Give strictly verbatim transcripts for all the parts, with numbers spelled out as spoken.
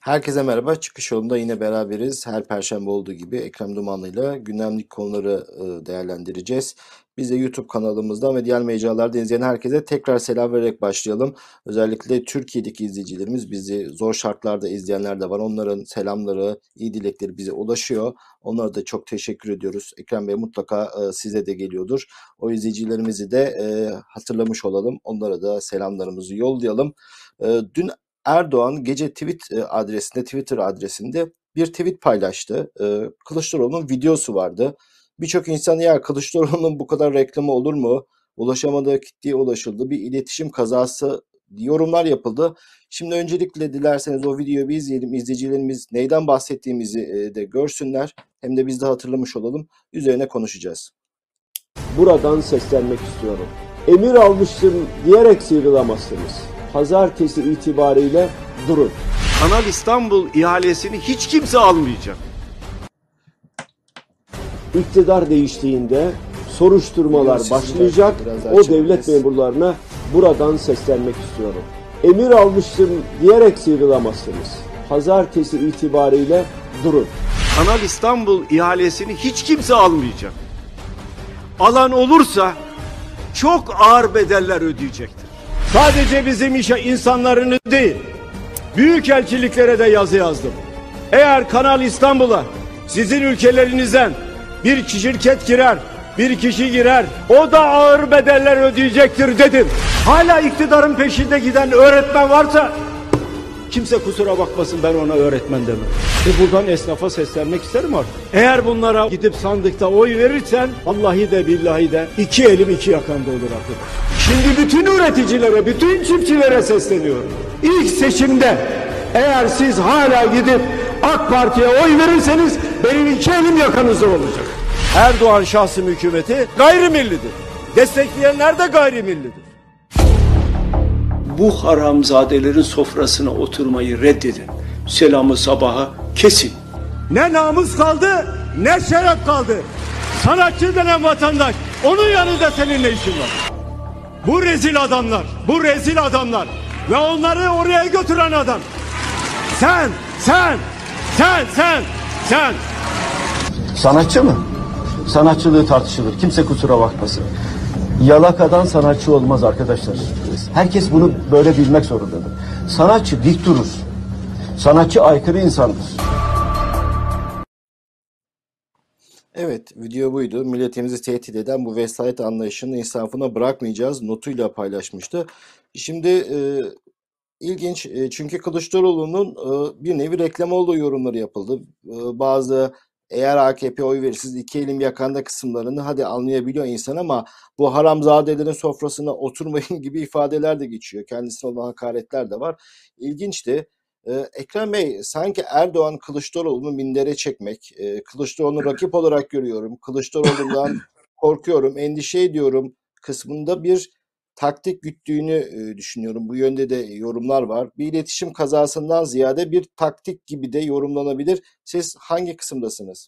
Herkese merhaba. Çıkış yolunda yine beraberiz. Her perşembe olduğu gibi Ekrem Dumanlı'yla gündemlik konuları e, değerlendireceğiz. Biz de YouTube kanalımızdan ve diğer mecralardan izleyen herkese tekrar selam vererek başlayalım. Özellikle Türkiye'deki izleyicilerimiz, bizi zor şartlarda izleyenler de var. Onların selamları, iyi dilekleri bize ulaşıyor. Onlara da çok teşekkür ediyoruz. Ekrem Bey, mutlaka e, size de geliyordur. O izleyicilerimizi de e, hatırlamış olalım. Onlara da selamlarımızı yollayalım. E, dün Erdoğan gece tweet e, adresinde, Twitter adresinde bir tweet paylaştı. E, Kılıçdaroğlu'nun videosu vardı. Birçok insan, ya Kılıçdaroğlu'nun bu kadar reklamı olur mu? Ulaşamadığı kitleye ulaşıldı. Bir iletişim kazası, yorumlar yapıldı. Şimdi öncelikle dilerseniz o videoyu bir izleyelim. İzleyicilerimiz neyden bahsettiğimizi e, de görsünler. Hem de biz de hatırlamış olalım. Üzerine konuşacağız. Buradan seslenmek istiyorum. Emir almıştım diyerek sıyrılamazsınız. Pazartesi itibariyle durun. Kanal İstanbul ihalesini hiç kimse almayacak. İktidar değiştiğinde soruşturmalar Biliyoruz, başlayacak. biraz daha O çekeceğiz. devlet memurlarına buradan seslenmek istiyorum. Emir almıştım diyerek sıyrılamazsınız. Pazartesi itibariyle durun. Kanal İstanbul ihalesini hiç kimse almayacak. Alan olursa çok ağır bedeller ödeyecektir. Sadece bizim işe insanlarını değil, büyükelçiliklere de yazı yazdım. Eğer Kanal İstanbul'a sizin ülkelerinizden bir şirket girer, bir kişi girer, o da ağır bedeller ödeyecektir dedim. Hala iktidarın peşinde giden öğretmen varsa kimse kusura bakmasın, ben ona öğretmen demem. E buradan esnafa seslenmek isterim artık. Eğer bunlara gidip sandıkta oy verirsen vallahi de billahi de iki elim iki yakanda olur arkadaş. Şimdi bütün üreticilere, bütün çiftçilere sesleniyorum. İlk seçimde eğer siz hala gidip AK Parti'ye oy verirseniz benim iki elim yakanızda olacak. Erdoğan şahsım hükümeti gayrimillidir. Destekleyenler de gayrimillidir. Bu haramzadelerin sofrasına oturmayı reddedin. Selamı sabaha kesin. Ne namus kaldı, ne şeref kaldı. Sanatçı denen vatandaş, onun yanında senin ne işin var? Bu rezil adamlar, bu rezil adamlar ve onları oraya götüren adam. Sen, sen, sen, sen, sen. Sanatçı mı? Sanatçılığı tartışılır. Kimse kusura bakmasın. Yalakadan sanatçı olmaz arkadaşlar. Herkes bunu böyle bilmek zorundadır. Sanatçı dik durur. Sanatçı aykırı insandır. Evet, video buydu. Milletimizi tehdit eden bu vesayet anlayışını insafına bırakmayacağız notuyla paylaşmıştı. Şimdi e, ilginç, e, çünkü Kılıçdaroğlu'nun e, bir nevi reklam olduğu yorumları yapıldı. E, bazı, eğer A K P oy verirsiniz iki elim yakanda kısımlarını hadi anlayabiliyor insan, ama bu haramzadelerin sofrasına oturmayın gibi ifadeler de geçiyor. Kendisine olan hakaretler de var. İlginçti. Ee, Ekrem Bey, sanki Erdoğan Kılıçdaroğlu'nu mindere çekmek, e, Kılıçdaroğlu'nu rakip olarak görüyorum, Kılıçdaroğlu'ndan korkuyorum, endişe ediyorum kısmında bir taktik güttüğünü e, düşünüyorum. Bu yönde de yorumlar var. Bir iletişim kazasından ziyade bir taktik gibi de yorumlanabilir. Siz hangi kısımdasınız?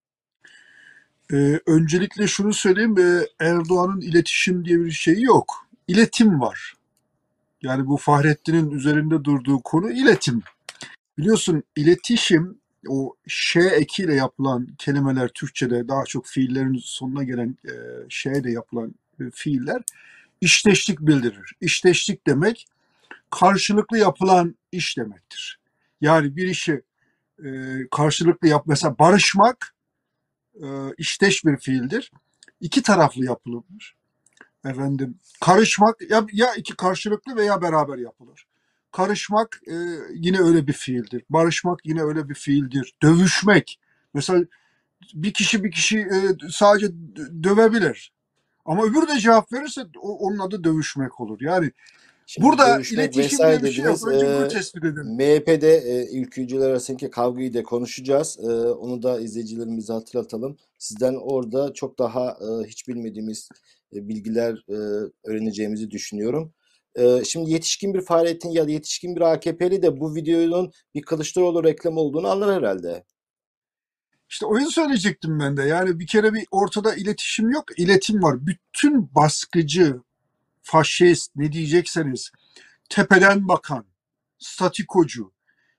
Ee, öncelikle şunu söyleyeyim, e, Erdoğan'ın iletişim diye bir şeyi yok. İletim var. Yani bu Fahrettin'in üzerinde durduğu konu iletim. Biliyorsun iletişim, o ş ekiyle yapılan kelimeler Türkçe'de daha çok fiillerin sonuna gelen e, şeyle yapılan e, fiiller işteşlik bildirir. İşteşlik demek karşılıklı yapılan iş demektir. Yani bir işi e, karşılıklı yap, mesela barışmak e, işteş bir fiildir. İki taraflı yapılır. Efendim, karışmak ya, ya iki karşılıklı veya beraber yapılır. Karışmak e, yine öyle bir fiildir. Barışmak yine öyle bir fiildir. Dövüşmek. Mesela bir kişi bir kişi e, sadece dö- dövebilir. Ama öbürü de cevap verirse o, onun adı dövüşmek olur. Yani Şimdi burada dövüşmek iletişim vesaire diye bir şey yok. dediniz. Önce bunu Ee, tespit edelim. M H P'de e, ülkücüler arasındaki kavgayı da konuşacağız. Ee, onu da izleyicilerimize hatırlatalım. Sizden orada çok daha e, hiç bilmediğimiz e, bilgiler e, öğreneceğimizi düşünüyorum. Ee, şimdi yetişkin bir Fahrettin ya da yetişkin bir A K P'li de bu videonun bir Kılıçdaroğlu reklamı olduğunu anlar herhalde. İşte oyun söyleyecektim ben de. Yani bir kere bir ortada iletişim yok. İletim var. Bütün baskıcı, faşist ne diyecekseniz, tepeden bakan, statikocu,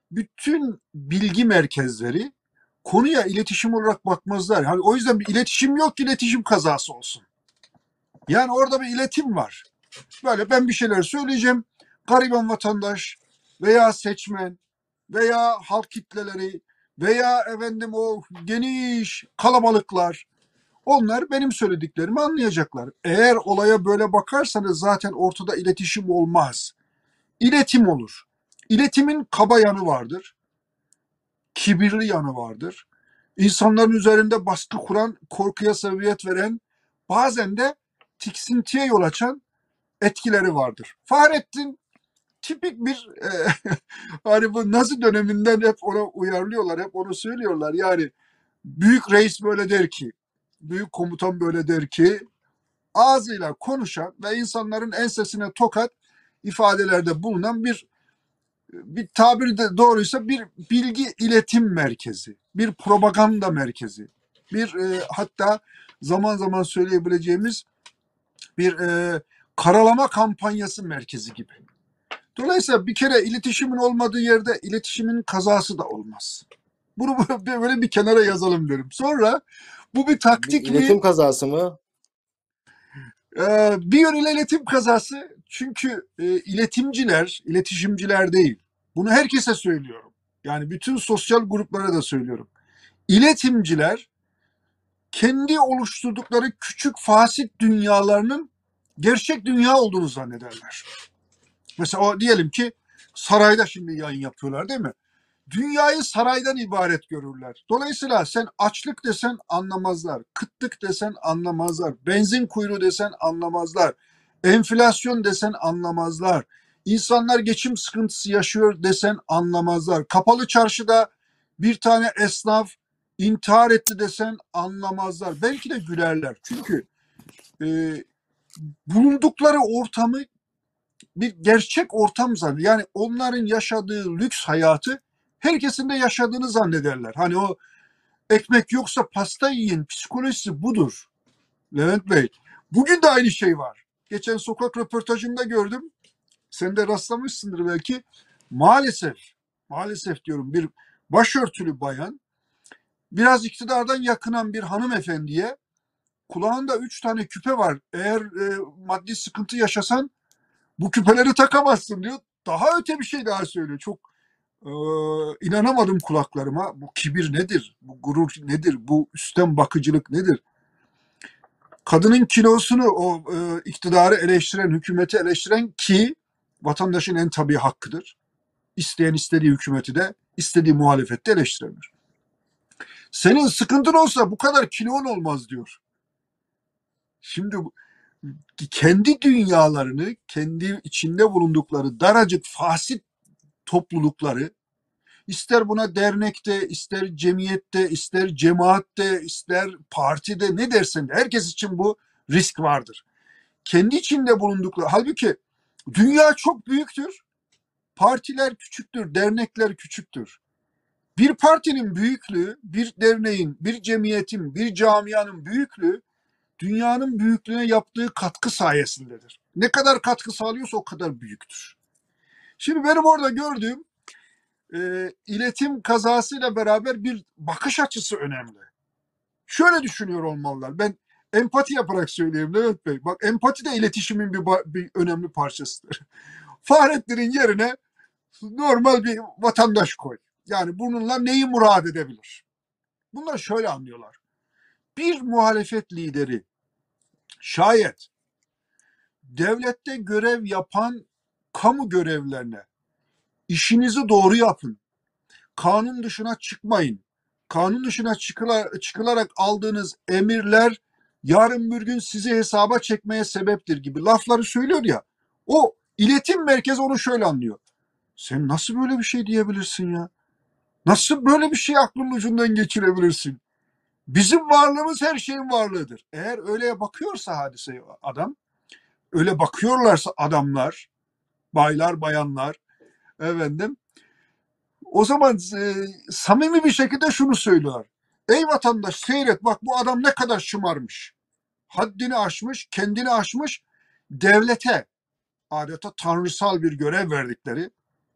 bütün bilgi merkezleri konuya iletişim olarak bakmazlar. Yani o yüzden bir iletişim yok ki iletişim kazası olsun. Yani orada bir iletim var. Böyle ben bir şeyler söyleyeceğim. Gariban vatandaş veya seçmen veya halk kitleleri veya efendim o geniş kalabalıklar, onlar benim söylediklerimi anlayacaklar. Eğer olaya böyle bakarsanız zaten ortada iletişim olmaz. İletim olur. İletimin kaba yanı vardır. Kibirli yanı vardır. İnsanların üzerinde baskı kuran, korkuya sebebiyet veren, bazen de tiksintiye yol açan etkileri vardır. Fahrettin tipik bir e, hani bu Nazi döneminden hep ona uyarlıyorlar, hep onu söylüyorlar. Yani büyük reis böyle der ki, büyük komutan böyle der ki, ağzıyla konuşan ve insanların ensesine tokat ifadelerde bulunan bir bir tabiri de doğruysa bir bilgi iletim merkezi, bir propaganda merkezi, bir e, hatta zaman zaman söyleyebileceğimiz bir e, karalama kampanyası merkezi gibi. Dolayısıyla bir kere iletişimin olmadığı yerde iletişimin kazası da olmaz. Bunu böyle bir kenara yazalım derim. Sonra bu bir Bir taktik mi? iletim kazası mı? Ee, bir yönüyle iletim kazası. Çünkü e, iletimciler, iletişimciler değil. Bunu herkese söylüyorum. Yani bütün sosyal gruplara da söylüyorum. İletimciler kendi oluşturdukları küçük fasit dünyalarının gerçek dünya olduğunu zannederler. Mesela o diyelim ki sarayda şimdi yayın yapıyorlar değil mi? Dünyayı saraydan ibaret görürler. Dolayısıyla sen açlık desen anlamazlar. Kıtlık desen anlamazlar. Benzin kuyruğu desen anlamazlar. Enflasyon desen anlamazlar. İnsanlar geçim sıkıntısı yaşıyor desen anlamazlar. Kapalı çarşıda bir tane esnaf intihar etti desen anlamazlar. Belki de gülerler. Çünkü e, bulundukları ortamı bir gerçek ortam zannediyor. Yani onların yaşadığı lüks hayatı herkesin de yaşadığını zannederler. Hani o ekmek yoksa pasta yiyin psikolojisi budur Levent Bey. Bugün de aynı şey var. Geçen sokak röportajında gördüm. Sen de rastlamışsındır belki. Maalesef, maalesef diyorum, bir başörtülü bayan biraz iktidardan yakınan bir hanımefendiye kulağında üç tane küpe var. Eğer e, maddi sıkıntı yaşasan bu küpeleri takamazsın diyor. Daha öte bir şey daha söylüyor. Çok e, inanamadım kulaklarıma. Bu kibir nedir? Bu gurur nedir? Bu üstten bakıcılık nedir? Kadının kilosunu o e, iktidarı eleştiren, hükümeti eleştiren ki vatandaşın en tabii hakkıdır. İsteyen istediği hükümeti de istediği muhalefette eleştirebilir. Senin sıkıntın olsa bu kadar kilon olmaz diyor. Şimdi kendi dünyalarını, kendi içinde bulundukları daracık fasit toplulukları, ister buna dernekte, ister cemiyette, ister cemaatte, ister partide, ne dersen de herkes için bu risk vardır. Kendi içinde bulundukları, halbuki dünya çok büyüktür, partiler küçüktür, dernekler küçüktür. Bir partinin büyüklüğü, bir derneğin, bir cemiyetin, bir camianın büyüklüğü dünyanın büyüklüğüne yaptığı katkı sayesindedir. Ne kadar katkı sağlıyorsa o kadar büyüktür. Şimdi benim orada gördüğüm e, iletim kazasıyla beraber bir bakış açısı önemli. Şöyle düşünüyor olmalılar. Ben empati yaparak söyleyeyim Levent Bey. Bak, empati de iletişimin bir, bir önemli parçasıdır. Fahrettin'in yerine normal bir vatandaş koy. Yani bununla neyi murad edebilir? Bunlar şöyle anlıyorlar. Bir muhalefet lideri şayet devlette görev yapan kamu görevlilerine işinizi doğru yapın, kanun dışına çıkmayın, kanun dışına çıkıla, çıkılarak aldığınız emirler yarın bir gün sizi hesaba çekmeye sebeptir gibi lafları söylüyor ya, o iletim merkezi onu şöyle anlıyor. Sen nasıl böyle bir şey diyebilirsin ya? Nasıl böyle bir şey aklının ucundan geçirebilirsin? Bizim varlığımız her şeyin varlığıdır. Eğer öyle bakıyorsa hadise adam, öyle bakıyorlarsa adamlar, baylar, bayanlar, efendim, o zaman e, samimi bir şekilde şunu söylüyorlar. Ey vatandaş, seyret, bak bu adam ne kadar şımarmış. Haddini aşmış, kendini aşmış, devlete adeta tanrısal bir görev verdikleri,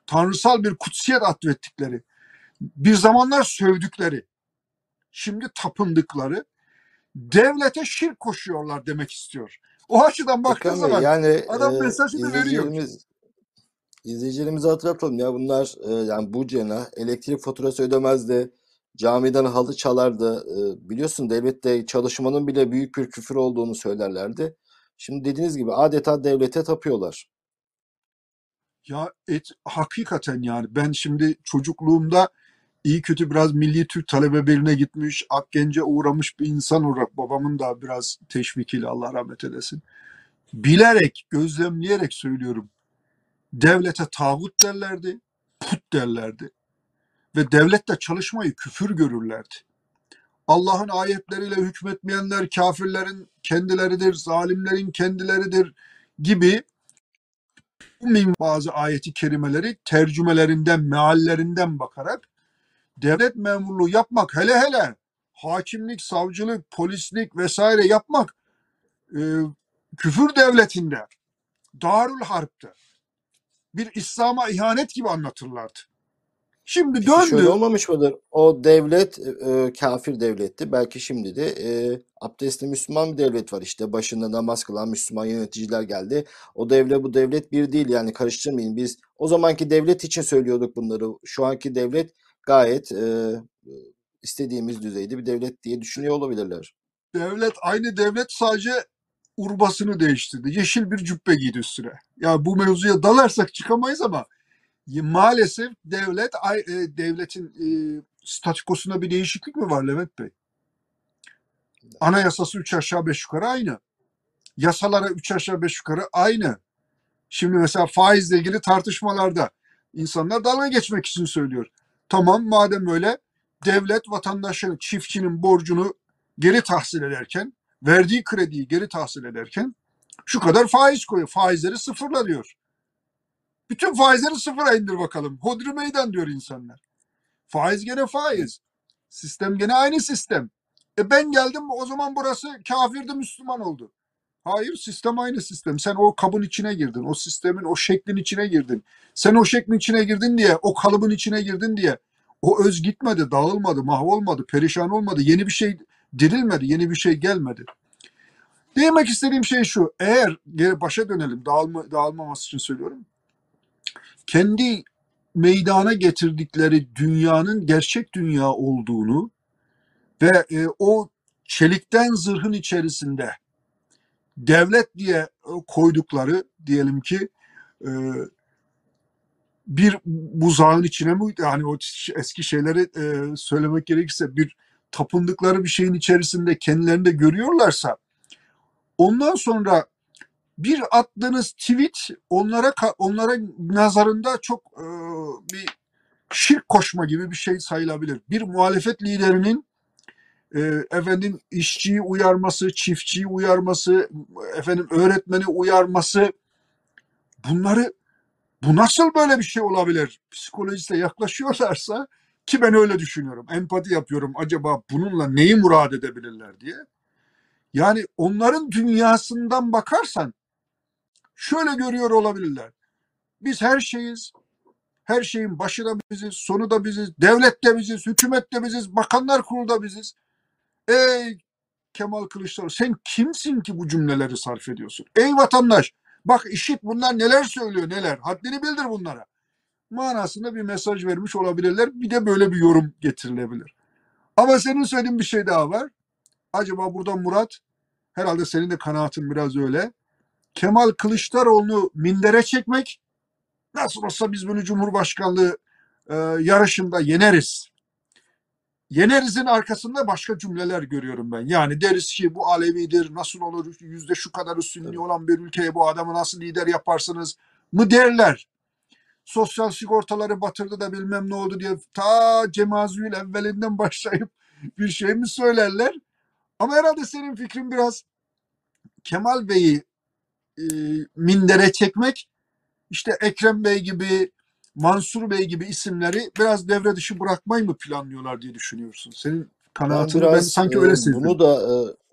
tanrısal bir kutsiyet atfettikleri, bir zamanlar sövdükleri, şimdi tapındıkları devlete şirk koşuyorlar demek istiyor. O açıdan baktığın Ekrem Bey, zaman yani adam e, mesajını veriyor. izleyicilerimiz izleyicilerimize hatırlatalım ya, bunlar e, yani bu cena elektrik faturası ödemezdi. Camiden halı çalardı. E, biliyorsun, devlette çalışmanın bile büyük bir küfür olduğunu söylerlerdi. Şimdi dediğiniz gibi adeta devlete tapıyorlar. Ya et, hakikaten yani ben şimdi çocukluğumda iyi kötü biraz Milli Türk Talebe Birliği'ne gitmiş, Akgenc'e uğramış bir insan olarak babamın da biraz teşvikiyle, Allah rahmet eylesin, bilerek, gözlemleyerek söylüyorum. Devlete tağut derlerdi, put derlerdi ve devletle çalışmayı küfür görürlerdi. Allah'ın ayetleriyle hükmetmeyenler kafirlerin kendileridir, zalimlerin kendileridir gibi bazı ayeti kerimeleri tercümelerinden, meallerinden bakarak devlet memurluğu yapmak, hele hele hakimlik, savcılık, polislik vesaire yapmak e, küfür devletinde, Darül Harp'te bir İslam'a ihanet gibi anlatırlardı. Şimdi Peki şöyle döndü. olmamış mıdır? O devlet e, kafir devletti. Belki şimdi de e, abdestli Müslüman bir devlet var. İşte başında namaz kılan Müslüman yöneticiler geldi. O devlet bu devlet bir değil, yani karıştırmayın. Biz o zamanki devlet için söylüyorduk bunları. Şu anki devlet gayet e, istediğimiz düzeyde bir devlet diye düşünüyor olabilirler. Devlet aynı devlet, sadece urbasını değiştirdi. Yeşil bir cübbe giydi üstüne. Ya bu mevzuya dalarsak çıkamayız ama maalesef devlet e, devletin e, statükosunda bir değişiklik mi var Levent Bey? Anayasası üç aşağı beş yukarı aynı. Yasalara üç aşağı beş yukarı aynı. Şimdi mesela faizle ilgili tartışmalarda insanlar dalga geçmek için söylüyor. Tamam, madem öyle, devlet vatandaşın, çiftçinin borcunu geri tahsil ederken, verdiği krediyi geri tahsil ederken şu kadar faiz koyuyor. Faizleri sıfırla diyor. Bütün faizleri sıfıra indir bakalım. Hodri meydan diyor insanlar. Faiz gene faiz. Sistem gene aynı sistem. E ben geldim, o zaman burası kafirdi, Müslüman oldu. Hayır, sistem aynı sistem. Sen o kabın içine girdin. O sistemin o şeklin içine girdin. Sen o şeklin içine girdin diye, o kalıbın içine girdin diye o öz gitmedi, dağılmadı, mahvolmadı, perişan olmadı. Yeni bir şey dirilmedi, yeni bir şey gelmedi. Demek istediğim şey şu. Eğer geri başa dönelim, dağılma, dağılmaması için söylüyorum. Kendi meydana getirdikleri dünyanın gerçek dünya olduğunu ve e, o çelikten zırhın içerisinde devlet diye koydukları, diyelim ki e, bir buzağın içine mi, yani o eski şeyleri e, söylemek gerekirse bir tapındıkları bir şeyin içerisinde kendilerini de görüyorlarsa, ondan sonra bir attığınız tweet onlara onlara nazarında çok e, bir şirk koşma gibi bir şey sayılabilir. Bir muhalefet liderinin e, efendim işçiyi uyarması, çiftçiyi uyarması, efendim öğretmeni uyarması, bunları, bu nasıl böyle bir şey olabilir? Psikolojistle yaklaşıyorlarsa, ki ben öyle düşünüyorum, empati yapıyorum, acaba bununla neyi murad edebilirler diye. Yani onların dünyasından bakarsan şöyle görüyor olabilirler. Biz her şeyiz. Her şeyin başı da biziz, sonu da biziz, devlet de biziz, hükümet de biziz, bakanlar kurulu da biziz. Ey Kemal Kılıçdaroğlu, sen kimsin ki bu cümleleri sarf ediyorsun? Ey vatandaş, bak işit, bunlar neler söylüyor, neler. Haddini bildir bunlara. Manasında bir mesaj vermiş olabilirler. Bir de böyle bir yorum getirilebilir. Ama senin söylediğin bir şey daha var. Acaba burada Murat, herhalde senin de kanaatin biraz öyle, Kemal Kılıçdaroğlu'nu mindere çekmek, nasıl olsa biz bunu Cumhurbaşkanlığı e, yarışında yeneriz. Yeneriz'in arkasında başka cümleler görüyorum ben. Yani deriz ki bu Alevidir, nasıl olur, yüzde şu kadar Sünni olan bir ülkeye bu adamı nasıl lider yaparsınız mı derler. Sosyal sigortaları batırdı da bilmem ne oldu diye ta Cemazü'yle evvelinden başlayıp bir şey mi söylerler? Ama herhalde senin fikrin biraz Kemal Bey'i e, mindere çekmek, işte Ekrem Bey gibi, Mansur Bey gibi isimleri biraz devre dışı bırakmayı mı planlıyorlar diye düşünüyorsun? Senin Ben kanaatini ben biraz sanki e, öyle sezdim. bunu da e,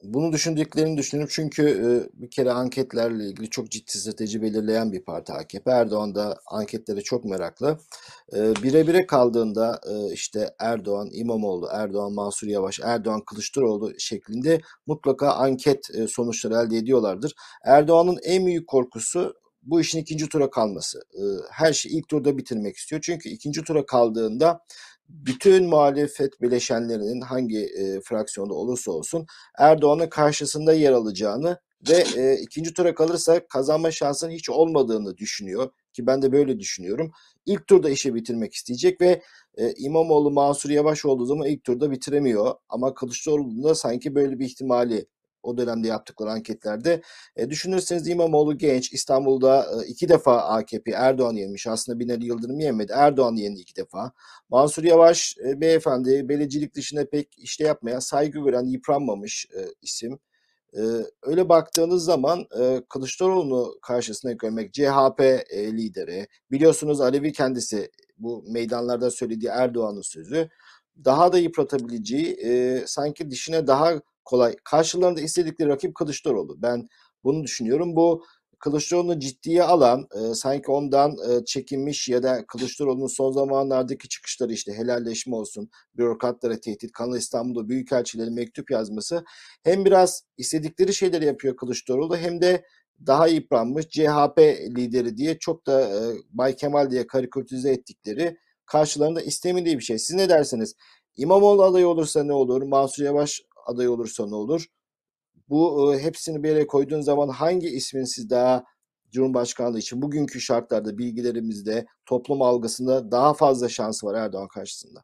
Bunu düşündüklerini düşünüyorum çünkü e, bir kere anketlerle ilgili çok ciddi strateji belirleyen bir parti A K P. Erdoğan da anketlere çok meraklı. E, bire bire kaldığında e, işte Erdoğan, İmamoğlu, Erdoğan, Mansur Yavaş, Erdoğan, Kılıçdaroğlu şeklinde mutlaka anket e, sonuçları elde ediyorlardır. Erdoğan'ın en büyük korkusu bu işin ikinci tura kalması. E, her şeyi ilk turda bitirmek istiyor. Çünkü ikinci tura kaldığında bütün muhalefet bileşenlerinin hangi e, fraksiyonda olursa olsun Erdoğan'ın karşısında yer alacağını ve e, ikinci tura kalırsa kazanma şansının hiç olmadığını düşünüyor ki ben de böyle düşünüyorum. İlk turda işi bitirmek isteyecek ve e, İmamoğlu, Mansur Yavaş olduğu zaman ilk turda bitiremiyor ama Kılıçdaroğlu'nda sanki böyle bir ihtimali o dönemde yaptıkları anketlerde e, düşünürseniz İmamoğlu genç, İstanbul'da e, iki defa A K P Erdoğan yenmiş. Aslında Binali Yıldırım yenmedi. Erdoğan yendi iki defa. Mansur Yavaş e, beyefendi belediyelik dışında pek işte yapmayan, saygı gören, yıpranmamış e, isim. E, öyle baktığınız zaman e, Kılıçdaroğlu'nu karşısına görmek C H P e, lideri, biliyorsunuz Alevi kendisi bu meydanlarda söylediği Erdoğan'ın sözü daha da yıpratabileceği e, sanki dişine daha kolay. Karşılarında istedikleri rakip Kılıçdaroğlu. Ben bunu düşünüyorum. Bu Kılıçdaroğlu'nu ciddiye alan, e, sanki ondan e, çekinmiş ya da Kılıçdaroğlu'nun son zamanlardaki çıkışları işte helalleşme olsun, bürokratlara tehdit, Kanal İstanbul'da büyükelçilere mektup yazması hem biraz istedikleri şeyleri yapıyor Kılıçdaroğlu hem de daha yıpranmış C H P lideri diye çok da e, Bay Kemal diye karikatürize ettikleri karşılarında istemediği bir şey. Siz ne dersiniz? İmamoğlu adayı olursa ne olur? Mansur Yavaş aday olursa ne olur? Bu e, hepsini bir yere koyduğun zaman hangi ismin siz daha Cumhurbaşkanlığı için bugünkü şartlarda, bilgilerimizde, toplum algısında daha fazla şansı var Erdoğan karşısında?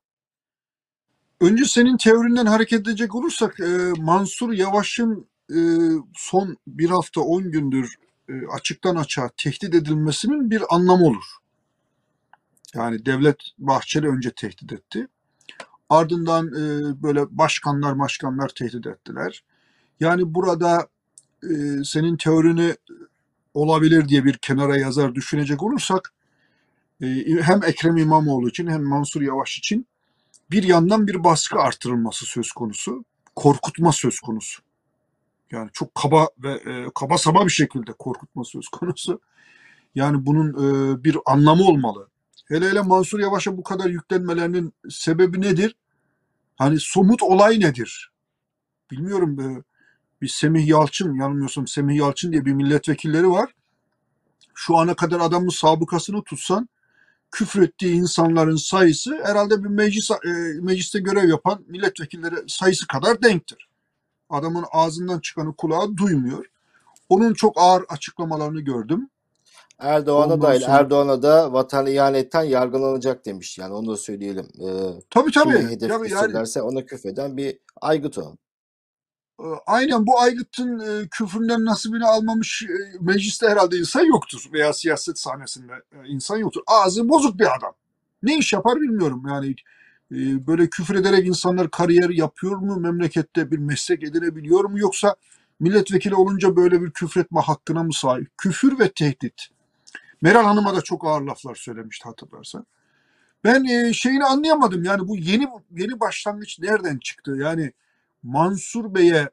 Önce senin teorinden hareket edecek olursak e, Mansur Yavaş'ın e, son bir hafta on gündür e, açıktan açığa tehdit edilmesinin bir anlamı olur. Yani Devlet Bahçeli önce tehdit etti. Ardından e, böyle başkanlar başkanlar tehdit ettiler. Yani burada e, senin teorini olabilir diye bir kenara yazar düşünecek olursak e, hem Ekrem İmamoğlu için hem Mansur Yavaş için bir yandan bir baskı artırılması söz konusu, korkutma söz konusu. Yani çok kaba ve e, kaba saba bir şekilde korkutma söz konusu. Yani bunun e, bir anlamı olmalı. Hele hele Mansur Yavaş'a bu kadar yüklenmelerinin sebebi nedir? Hani somut olay nedir? Bilmiyorum. E, bir Semih Yalçın, yanılmıyorsam Semih Yalçın diye bir milletvekilleri var. Şu ana kadar adamın sabıkasını tutsan küfrettiği insanların sayısı herhalde bir meclis e, mecliste görev yapan milletvekilleri sayısı kadar denktir. Adamın ağzından çıkanı kulağı duymuyor. Onun çok ağır açıklamalarını gördüm. Erdoğan'a Ondan dahil, sonra Erdoğan'a da vatan ihanetten yargılanacak demiş. Yani onu da söyleyelim. Ee, tabii kimi tabii. hedef Tabii yani gösterirlerse ona küfreden bir aygıt o. e, aynen bu aygıtın e, küfründen nasibini almamış e, mecliste herhalde insan yoktur veya siyaset sahnesinde e, insan yoktur. Ağzı bozuk bir adam. Ne iş yapar bilmiyorum. Yani e, böyle küfür ederek insanlar kariyer yapıyor mu? Memlekette bir meslek edinebiliyor mu? Yoksa milletvekili olunca böyle bir küfretme hakkına mı sahip? Küfür ve tehdit. Meral Hanım'a da çok ağır laflar söylemişti hatırlarsan. Ben e, şeyini anlayamadım. Yani bu yeni yeni başlangıç nereden çıktı? Yani Mansur Bey'e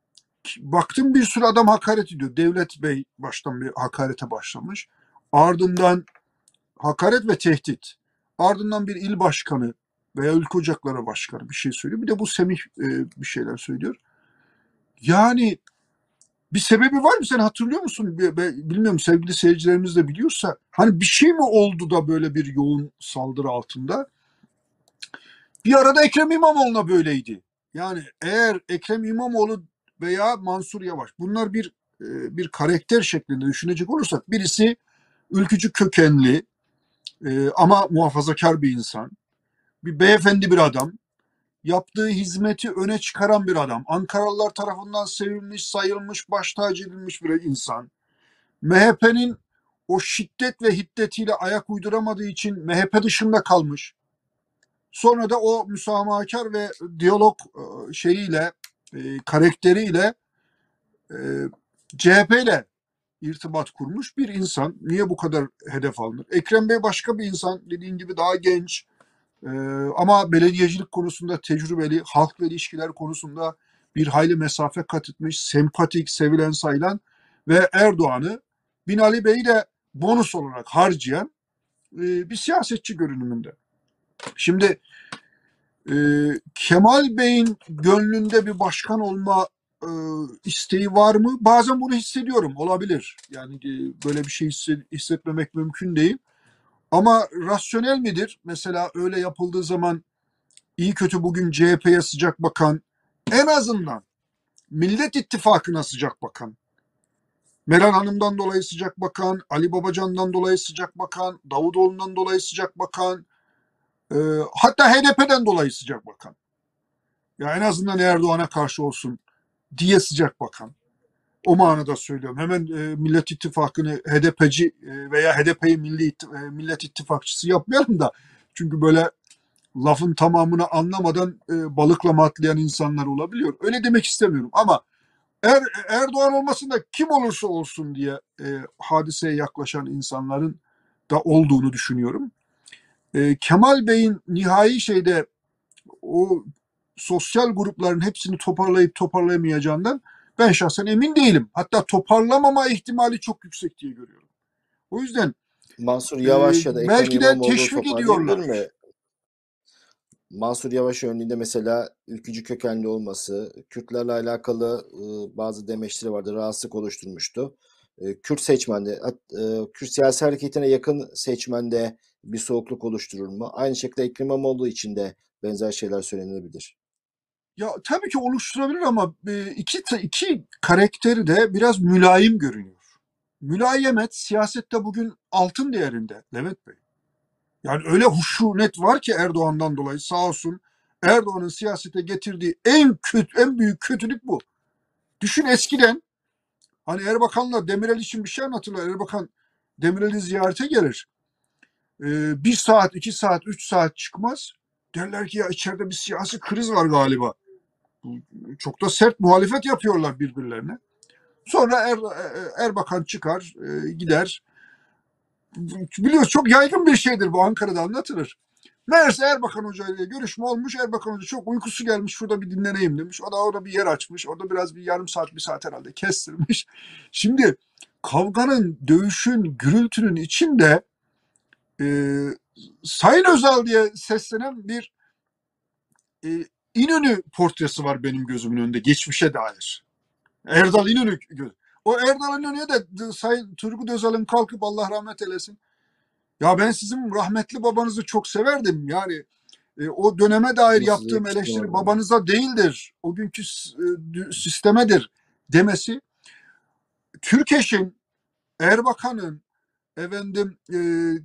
baktım bir sürü adam hakaret ediyor. Devlet Bey baştan bir hakarete başlamış. Ardından hakaret ve tehdit. Ardından bir il başkanı veya ülke ocakları başkanı bir şey söylüyor. Bir de bu Semih e, bir şeyler söylüyor. Yani bir sebebi var mı? Sen hatırlıyor musun? Bilmiyorum, sevgili seyircilerimiz de biliyorsa. Hani bir şey mi oldu da böyle bir yoğun saldırı altında? Bir arada Ekrem İmamoğlu'na böyleydi. Yani eğer Ekrem İmamoğlu veya Mansur Yavaş bunlar bir e, bir karakter şeklinde düşünecek olursak birisi ülkücü kökenli e, ama muhafazakar bir insan. Bir beyefendi bir adam. Yaptığı hizmeti öne çıkaran bir adam. Ankaralılar tarafından sevilmiş, sayılmış, baş tacı edilmiş bir insan. M H P'nin o şiddet ve hiddetiyle ayak uyduramadığı için M H P dışında kalmış. Sonra da o müsamahakar ve diyalog e, şeyiyle, e, karakteriyle e, C H P ile irtibat kurmuş bir insan. Niye bu kadar hedef alınır? Ekrem Bey başka bir insan. Dediğin gibi daha genç. Ee, ama belediyecilik konusunda tecrübeli, halkla ilişkiler konusunda bir hayli mesafe kat etmiş, sempatik, sevilen, sayılan ve Erdoğan'ı Binali Bey'i de bonus olarak harcayan e, bir siyasetçi görünümünde. Şimdi e, Kemal Bey'in gönlünde bir başkan olma e, isteği var mı? Bazen bunu hissediyorum, olabilir. Yani e, böyle bir şey hissetmemek mümkün değil. Ama rasyonel midir? Mesela öyle yapıldığı zaman iyi kötü bugün C H P'ye sıcak bakan, en azından Millet İttifakı'na sıcak bakan, Meral Hanım'dan dolayı sıcak bakan, Ali Babacan'dan dolayı sıcak bakan, Davutoğlu'ndan dolayı sıcak bakan, e, hatta H D P'den dolayı sıcak bakan. Ya en azından Erdoğan'a karşı olsun diye sıcak bakan. O manada söylüyorum. Hemen e, Millet İttifakı'nı H D P'ci e, veya H D P'yi Milli İtti- e, Millet İttifakçısı yapmayalım da. Çünkü böyle lafın tamamını anlamadan e, balıkla atlayan insanlar olabiliyor. Öyle demek istemiyorum ama er, Erdoğan olmasın da kim olursa olsun diye e, hadiseye yaklaşan insanların da olduğunu düşünüyorum. E, Kemal Bey'in nihai şeyde o sosyal grupların hepsini toparlayıp toparlayamayacağından ben şahsen emin değilim. Hatta toparlamama ihtimali çok yüksek diye görüyorum. O yüzden Mansur e, Yavaş ya da Ekrem belki de İmamoğlu teşvik toparlayabilir ediyorlar. mi? Mansur Yavaş örneğinde mesela ülkücü kökenli olması, Kürtlerle alakalı e, bazı demeçleri vardı, rahatsızlık oluşturmuştu. E, Kürt seçmende, hat- e, Kürt siyasi hareketine yakın seçmende bir soğukluk oluşturur mu? Aynı şekilde Ekrem İmamoğlu için de benzer şeyler söylenebilir. Ya tabii ki oluşturabilir ama e, iki iki karakteri de biraz mülayim görünüyor. Mülayemet siyasette bugün altın değerinde Levent Bey. Yani öyle huşunet var ki Erdoğan'dan dolayı sağ olsun. Erdoğan'ın siyasete getirdiği en kötü, en büyük kötülük bu. Düşün eskiden hani Erbakan'la Demirel için bir şey anlatırlar. Erbakan Demirel'i ziyarete gelir. Ee, bir saat, iki saat, üç saat çıkmaz. Derler ki ya içeride bir siyasi kriz var galiba. Çok da sert muhalefet yapıyorlar birbirlerine. Sonra er, Erbakan çıkar, e, gider. Biliyoruz çok yaygın bir şeydir bu, Ankara'da anlatılır. Meğerse Erbakan Hoca ile görüşme olmuş. Erbakan Hoca çok uykusu gelmiş, şurada bir dinleneyim demiş. O da orada bir yer açmış. Orada biraz bir yarım saat, bir saat herhalde kestirmiş. Şimdi kavganın, dövüşün, gürültünün içinde e, Sayın Özal diye seslenen bir e, İnönü portresi var benim gözümün önünde geçmişe dair. Erdal İnönü. O Erdal İnönü'ye de Sayın Turgut Özal'ın kalkıp Allah rahmet eylesin. Ya ben sizin rahmetli babanızı çok severdim. Yani e, o döneme dair Nasıl yaptığım yakıştıramadım eleştiri onu? babanıza değildir. O günkü e, sistemedir demesi. Türkeş'in, Erbakan'ın, efendim e,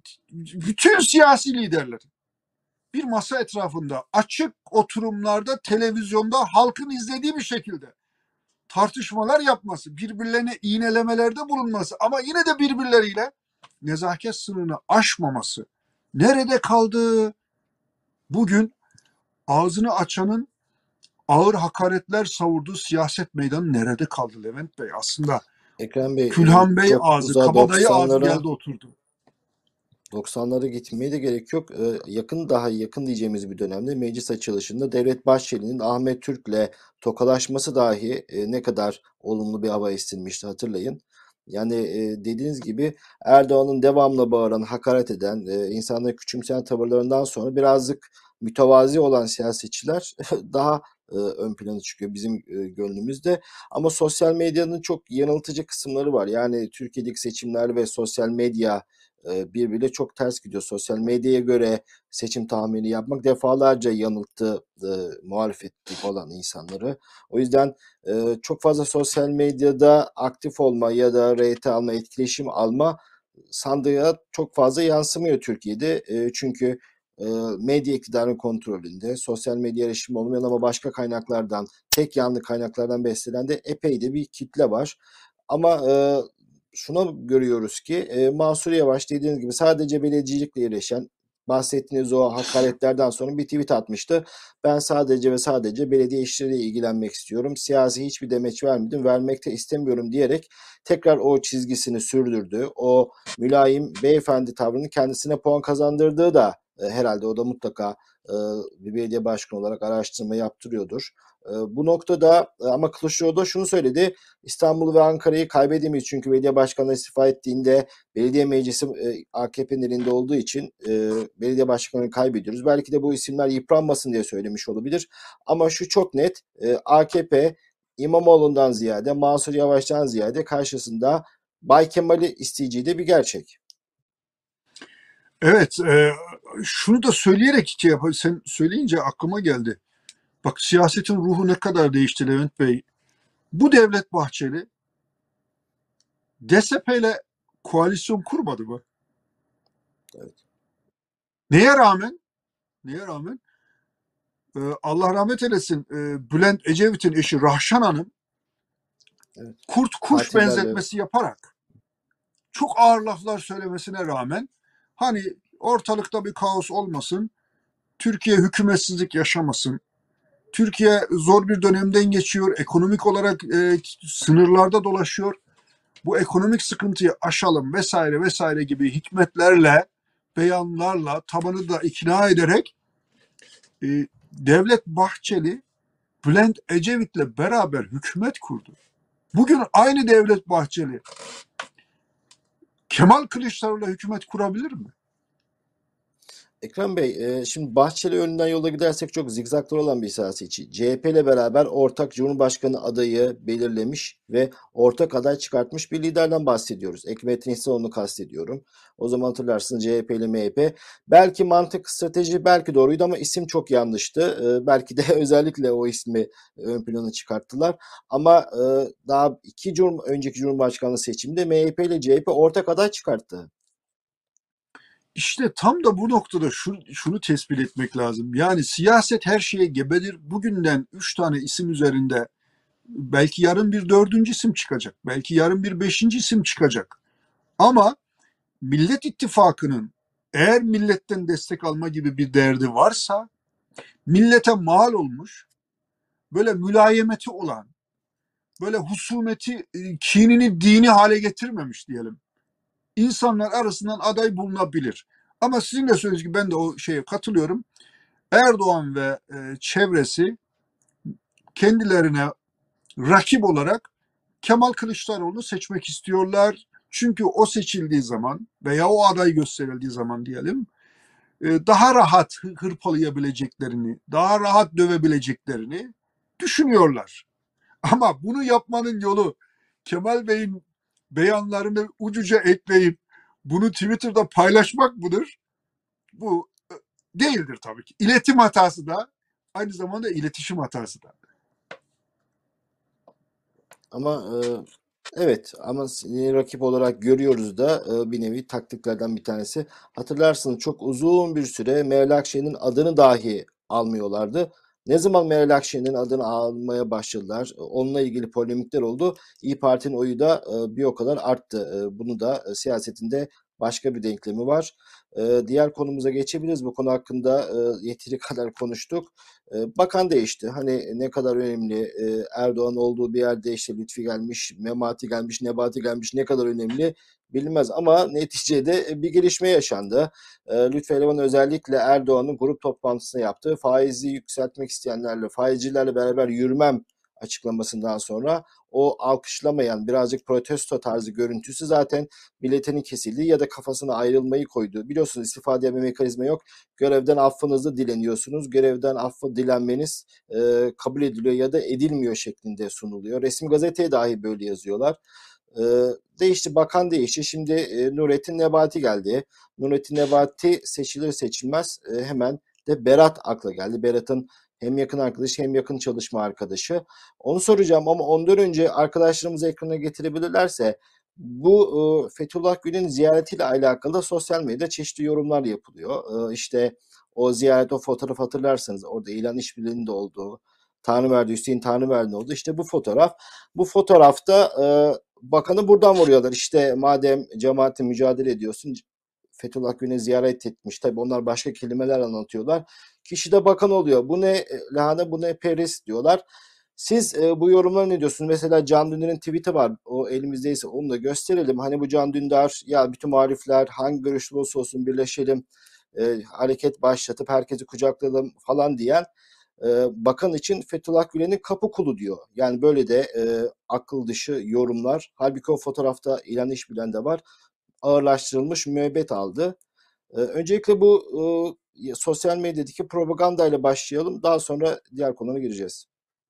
bütün siyasi liderlerin bir masa etrafında açık oturumlarda televizyonda halkın izlediği bir şekilde tartışmalar yapması, birbirlerine iğnelemelerde bulunması ama yine de birbirleriyle nezaket sınırını aşmaması nerede kaldı? Bugün ağzını açanın ağır hakaretler savurduğu siyaset meydanı nerede kaldı Levent Bey? Aslında Ekrem Bey, e, Külhan Bey çok ağzı, uzağa kabadayı ağzı doksanlara geldi oturdu. doksanlara gitmeye de gerek yok. Ee, yakın daha yakın diyeceğimiz bir dönemde meclis açılışında Devlet Bahçeli'nin Ahmet Türk'le tokalaşması dahi e, ne kadar olumlu bir hava estirmişti hatırlayın. Yani e, dediğiniz gibi Erdoğan'ın devamlı bağıran, hakaret eden, e, insanları küçümseyen tavırlarından sonra birazcık mütevazi olan siyasetçiler daha e, ön plana çıkıyor bizim e, gönlümüzde. Ama sosyal medyanın çok yanıltıcı kısımları var. Yani Türkiye'deki seçimler ve sosyal medya e, birbiriyle çok ters gidiyor. Sosyal medyaya göre seçim tahmini yapmak defalarca yanılttı e, muhalefetteki olan insanları. O yüzden e, çok fazla sosyal medyada aktif olma ya da reyting alma, etkileşim alma sandığa çok fazla yansımıyor Türkiye'de. E, çünkü e, medya iktidarın kontrolünde. Sosyal medya erişimi olmayan ama başka kaynaklardan, tek yanlı kaynaklardan beslenen de epey de bir kitle var. Ama e, şuna görüyoruz ki e, Mansur Yavaş dediğiniz gibi sadece belediyecilikle uğraşan, bahsettiğiniz o hakaretlerden sonra bir tweet atmıştı. Ben sadece ve sadece belediye işleriyle ilgilenmek istiyorum. Siyasi hiçbir demeç vermedim, vermek de istemiyorum diyerek tekrar o çizgisini sürdürdü. O mülayim beyefendi tavrını kendisine puan kazandırdığı da e, herhalde o da mutlaka e, bir belediye başkanı olarak araştırma yaptırıyordur. E, bu noktada e, ama Kılıçdaroğlu da şunu söyledi. İstanbul ve Ankara'yı kaybedemeyiz çünkü belediye başkanı istifa ettiğinde belediye meclisi e, A K P'nin elinde olduğu için e, belediye başkanını kaybediyoruz. Belki de bu isimler yıpranmasın diye söylemiş olabilir. Ama şu çok net, e, A K P İmamoğlu'ndan ziyade, Mansur Yavaş'tan ziyade karşısında Bay Kemal'i isteyeceği de bir gerçek. Evet, e, şunu da söyleyerek şey yap- sen söyleyince aklıma geldi. Bak siyasetin ruhu ne kadar değişti Levent Bey. Bu Devlet Bahçeli D S P ile koalisyon kurmadı mı? Evet. Neye rağmen? Neye rağmen? Ee, Allah rahmet eylesin. e, Bülent Ecevit'in eşi Rahşan Hanım Evet. kurt kuş Tatillerle- benzetmesi yaparak çok ağır laflar söylemesine rağmen hani ortalıkta bir kaos olmasın, Türkiye hükümetsizlik yaşamasın, Türkiye zor bir dönemden geçiyor, ekonomik olarak e, sınırlarda dolaşıyor. Bu ekonomik sıkıntıyı aşalım vesaire vesaire gibi hikmetlerle, beyanlarla, tabanı da ikna ederek e, Devlet Bahçeli Bülent Ecevit'le beraber hükümet kurdu. Bugün aynı Devlet Bahçeli Kemal Kılıçdaroğlu'yla hükümet kurabilir mi? Ekrem Bey, e, şimdi Bahçeli önünden yola gidersek çok zigzaklar olan bir siyasetçi. C H P ile beraber ortak Cumhurbaşkanı adayı belirlemiş ve ortak aday çıkartmış bir liderden bahsediyoruz. Ekmelettin İhsanoğlu'nu kastediyorum. O zaman hatırlarsınız C H P ile M H P. Belki mantık, strateji belki doğruydu ama isim çok yanlıştı. E, belki de özellikle o ismi ön plana çıkarttılar. Ama e, daha iki Cum önceki Cumhurbaşkanlığı seçiminde M H P ile C H P ortak aday çıkarttı. İşte tam da bu noktada şu, şunu tespit etmek lazım. Yani siyaset her şeye gebedir. Bugünden üç tane isim üzerinde belki yarın bir dördüncü isim çıkacak. Belki yarın bir beşinci isim çıkacak. Ama Millet İttifakı'nın eğer milletten destek alma gibi bir derdi varsa millete mal olmuş, böyle mülayemeti olan, böyle husumeti, e, kinini dini hale getirmemiş diyelim. İnsanlar arasından aday bulunabilir. Ama sizin de söylediğiniz gibi ben de o şeye katılıyorum. Erdoğan ve e, çevresi kendilerine rakip olarak Kemal Kılıçdaroğlu'nu seçmek istiyorlar. Çünkü o seçildiği zaman veya o aday gösterildiği zaman diyelim e, daha rahat hırpalayabileceklerini, daha rahat dövebileceklerini düşünüyorlar. Ama bunu yapmanın yolu Kemal Bey'in beyanlarını ucuca ekleyip bunu Twitter'da paylaşmak mıdır? Bu e, değildir tabii ki. İletim hatası da aynı zamanda iletişim hatası da. Ama e, evet ama seni rakip olarak görüyoruz da e, bir nevi taktiklerden bir tanesi. Hatırlarsınız çok uzun bir süre Meral Akşener'in adını dahi almıyorlardı. Ne zaman Meral Akşener'in adını almaya başladılar, onunla ilgili polemikler oldu. İYİ Parti'nin oyu da e, bir o kadar arttı. E, bunu da e, siyasetinde başka bir denklemi var. E, diğer konumuza geçebiliriz. Bu konu hakkında e, yeteri kadar konuştuk. E, bakan değişti. Hani ne kadar önemli. E, Erdoğan olduğu bir yerde işte Lütfi gelmiş, Memati gelmiş, Nebati gelmiş ne kadar önemli bilinmez. Ama neticede bir gelişme yaşandı. E, Lütfi Elvan özellikle Erdoğan'ın grup toplantısını yaptığı faizi yükseltmek isteyenlerle, faizcilerle beraber yürümem açıklamasından sonra o alkışlamayan birazcık protesto tarzı görüntüsü zaten biletinin kesildiği ya da kafasına ayrılmayı koydu. Biliyorsunuz istifa diye bir mekanizma yok. Görevden affınızı dileniyorsunuz. Görevden affı dilenmeniz e, kabul ediliyor ya da edilmiyor şeklinde sunuluyor. Resmi gazeteye dahi böyle yazıyorlar. E, değişti, bakan değişti. Şimdi e, Nurettin Nebati geldi. Nurettin Nebati seçilir seçilmez e, hemen de Berat akla geldi. Berat'ın hem yakın arkadaşı hem yakın çalışma arkadaşı. Onu soracağım ama ondan önce arkadaşlarımızı ekrana getirebilirlerse bu e, Fethullah Gülen'in ziyaretiyle alakalı sosyal medyada çeşitli yorumlar yapılıyor. E, işte o ziyaret, o fotoğraf hatırlarsanız orada ilan işbirliğinin de olduğu, Tanrıverdi, Hüseyin Tanrıverdi'nin olduğu işte bu fotoğraf. Bu fotoğrafta e, bakanı buradan vuruyorlar. İşte madem cemaatle mücadele ediyorsun, Fethullah Gülen'i ziyaret etmiş. Tabii onlar başka kelimeler anlatıyorlar. Kişi de bakan oluyor. Bu ne lahana, bu ne peris diyorlar. Siz e, bu yorumlara ne diyorsunuz? Mesela Can Dündar'ın tweet'i var. O elimizdeyse onu da gösterelim. Hani bu Can Dündar ya bütün muhalifler hangi görüşlü olsa olsun birleşelim, e, hareket başlatıp herkesi kucaklayalım falan diyen e, bakan için Fethullah Gülen'in kapı kulu diyor. Yani böyle de e, akıl dışı yorumlar. Halbuki o fotoğrafta İlhan İşbilen de var. Ağırlaştırılmış müebbet aldı. E, öncelikle bu e, sosyal medyadaki propagandayla başlayalım. Daha sonra diğer konulara gireceğiz.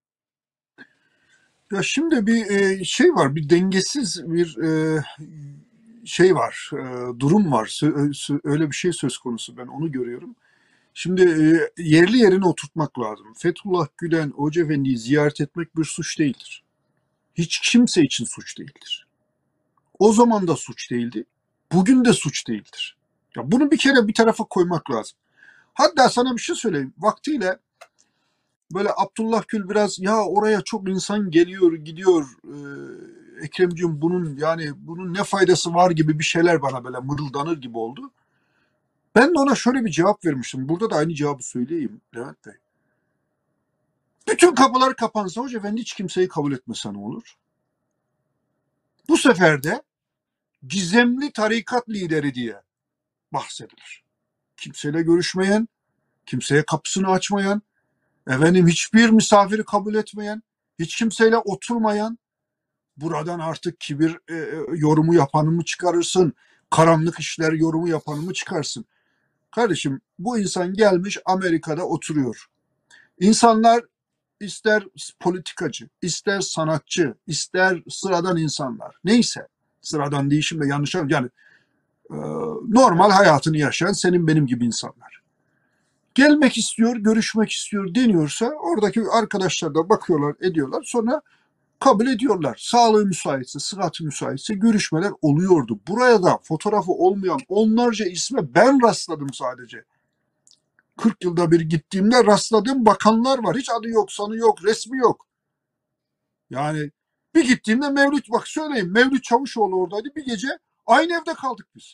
Ya şimdi bir e, şey var, bir dengesiz bir e, şey var, e, durum var. Sö- sö- öyle bir şey söz konusu, ben onu görüyorum. Şimdi e, yerli yerine oturtmak lazım. Fethullah Gülen Hoca Efendi'yi ziyaret etmek bir suç değildir. Hiç kimse için suç değildir. O zaman da suç değildi, bugün de suç değildir. Ya bunu bir kere bir tarafa koymak lazım. Hatta sana bir şey söyleyeyim. Vaktiyle böyle Abdullah Gül biraz ya oraya çok insan geliyor gidiyor e, Ekremciğim bunun yani bunun ne faydası var gibi bir şeyler bana böyle mırıldanır gibi oldu. Ben de ona şöyle bir cevap vermiştim. Burada da aynı cevabı söyleyeyim Levent Bey. Bütün kapılar kapansa Hoca Efendi hiç kimseyi kabul etmese ne olur? Bu sefer de gizemli tarikat lideri diye bahsedilir. Kimseyle görüşmeyen, kimseye kapısını açmayan, efendim hiçbir misafiri kabul etmeyen, hiç kimseyle oturmayan, buradan artık kibir e, yorumu yapanı mı çıkarırsın, karanlık işler yorumu yapanı mı çıkarsın? Kardeşim bu insan gelmiş Amerika'da oturuyor. İnsanlar ister politikacı, ister sanatçı, ister sıradan insanlar, neyse sıradan değişimle yanlış anlamayın. Yani e, normal hayatını yaşayan senin benim gibi insanlar. Gelmek istiyor, görüşmek istiyor deniyorsa oradaki arkadaşlar da bakıyorlar, ediyorlar. Sonra kabul ediyorlar. Sağlığı müsaitse, sıhhati müsaitse görüşmeler oluyordu. Buraya da fotoğrafı olmayan onlarca isme ben rastladım sadece. kırk yılda bir gittiğimde rastladığım bakanlar var. Hiç adı yok, sanı yok, resmi yok. Yani bir gittiğimde Mevlüt, bak söyleyeyim, Mevlüt Çavuşoğlu oradaydı. Bir gece aynı evde kaldık biz.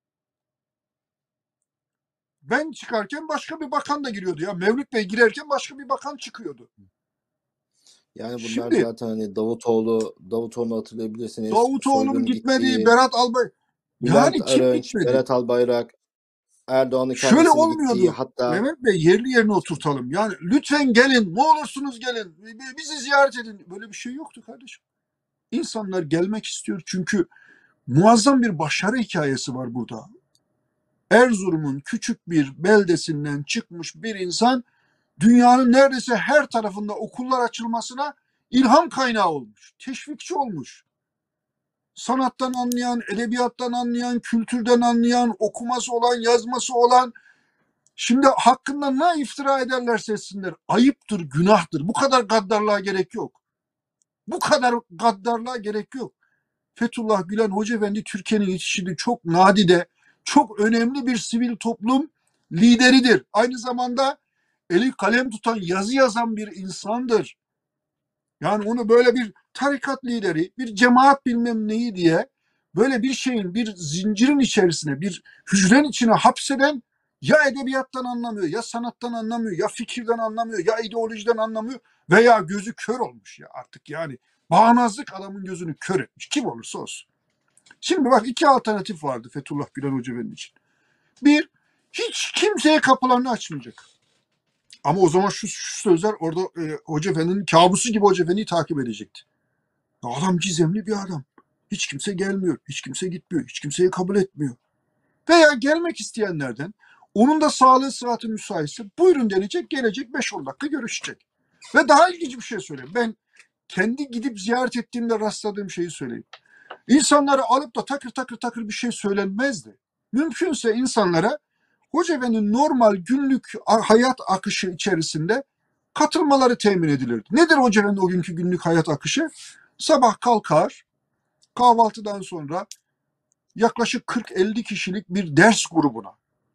Ben çıkarken başka bir bakan da giriyordu ya. Mevlüt Bey girerken başka bir bakan çıkıyordu. Yani bunlar Şimdi zaten hani Davutoğlu, Davutoğlu'nu hatırlayabilirsiniz. Davutoğlu'nun Soylu'nun gitmediği, gittiği, Berat Albay, Bülent yani kim Arınç, gitmedi? Berat Albayrak, Erdoğan'ın Şöyle kendisinin gittiği, olmuyordu hatta Mehmet Bey, yerli yerine oturtalım. Yani lütfen gelin, ne olursunuz gelin, bizi ziyaret edin. Böyle bir şey yoktu kardeşim. İnsanlar gelmek istiyor çünkü muazzam bir başarı hikayesi var burada. Erzurum'un küçük bir beldesinden çıkmış bir insan dünyanın neredeyse her tarafında okullar açılmasına ilham kaynağı olmuş, teşvikçi olmuş. Sanattan anlayan, edebiyattan anlayan, kültürden anlayan, okuması olan, yazması olan. Şimdi hakkında ne iftira ederlerse etsinler, ayıptır, günahtır. Bu kadar gaddarlığa gerek yok. Bu kadar gaddarlığa gerek yok. Fethullah Gülen Hoca Efendi Türkiye'nin yetiştiği çok nadide, çok önemli bir sivil toplum lideridir. Aynı zamanda eli kalem tutan, yazı yazan bir insandır. Yani onu böyle bir tarikat lideri, bir cemaat bilmem neyi diye böyle bir şeyin, bir zincirin içerisine, bir hücrenin içine hapseden, ya edebiyattan anlamıyor, ya sanattan anlamıyor, ya fikirden anlamıyor, ya ideolojiden anlamıyor veya gözü kör olmuş ya artık yani. Bağnazlık adamın gözünü kör etmiş. Kim olursa olsun. Şimdi bak, iki alternatif vardı Fethullah Gülen Hoca Efendi için. Bir, hiç kimseye kapılarını açmayacak. Ama o zaman şu, şu sözler orada e, Hoca Efendi'nin kabusu gibi Hoca Efendi'yi takip edecekti. Ya adam gizemli bir adam. Hiç kimse gelmiyor, hiç kimse gitmiyor, hiç kimseyi kabul etmiyor. Veya gelmek isteyenlerden onun da sağlığı sıhhati müsaitse buyurun denecek, gelecek, beş on dakika görüşecek. Ve daha ilginç bir şey söyleyeyim. Ben kendi gidip ziyaret ettiğimde rastladığım şeyi söyleyeyim. İnsanları alıp da takır takır takır bir şey söylenmezdi. Mümkünse insanlara Hoca Efendi'nin normal günlük hayat akışı içerisinde katılmaları temin edilirdi. Nedir Hoca Efendi o günkü günlük hayat akışı? Sabah kalkar, kahvaltıdan sonra yaklaşık kırk elli kişilik bir ders grubuna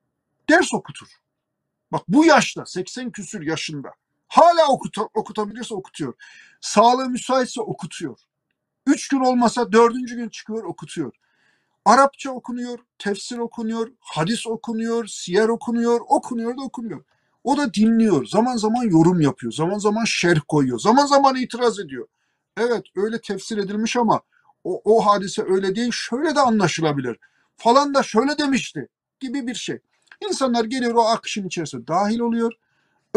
ders okutur. Bak bu yaşta, seksen küsür yaşında hala okuta, okutabilirse okutuyor. Sağlığı müsaitse okutuyor. Üç gün olmasa dördüncü gün çıkıyor, okutuyor. Arapça okunuyor, tefsir okunuyor, hadis okunuyor, siyer okunuyor, okunuyor da okunuyor. O da dinliyor, zaman zaman yorum yapıyor, zaman zaman şerh koyuyor, zaman zaman itiraz ediyor. Evet, öyle tefsir edilmiş ama o, o hadise öyle değil, şöyle de anlaşılabilir. Falan da şöyle demişti gibi bir şey. İnsanlar geliyor, o akışın içerisine dahil oluyor,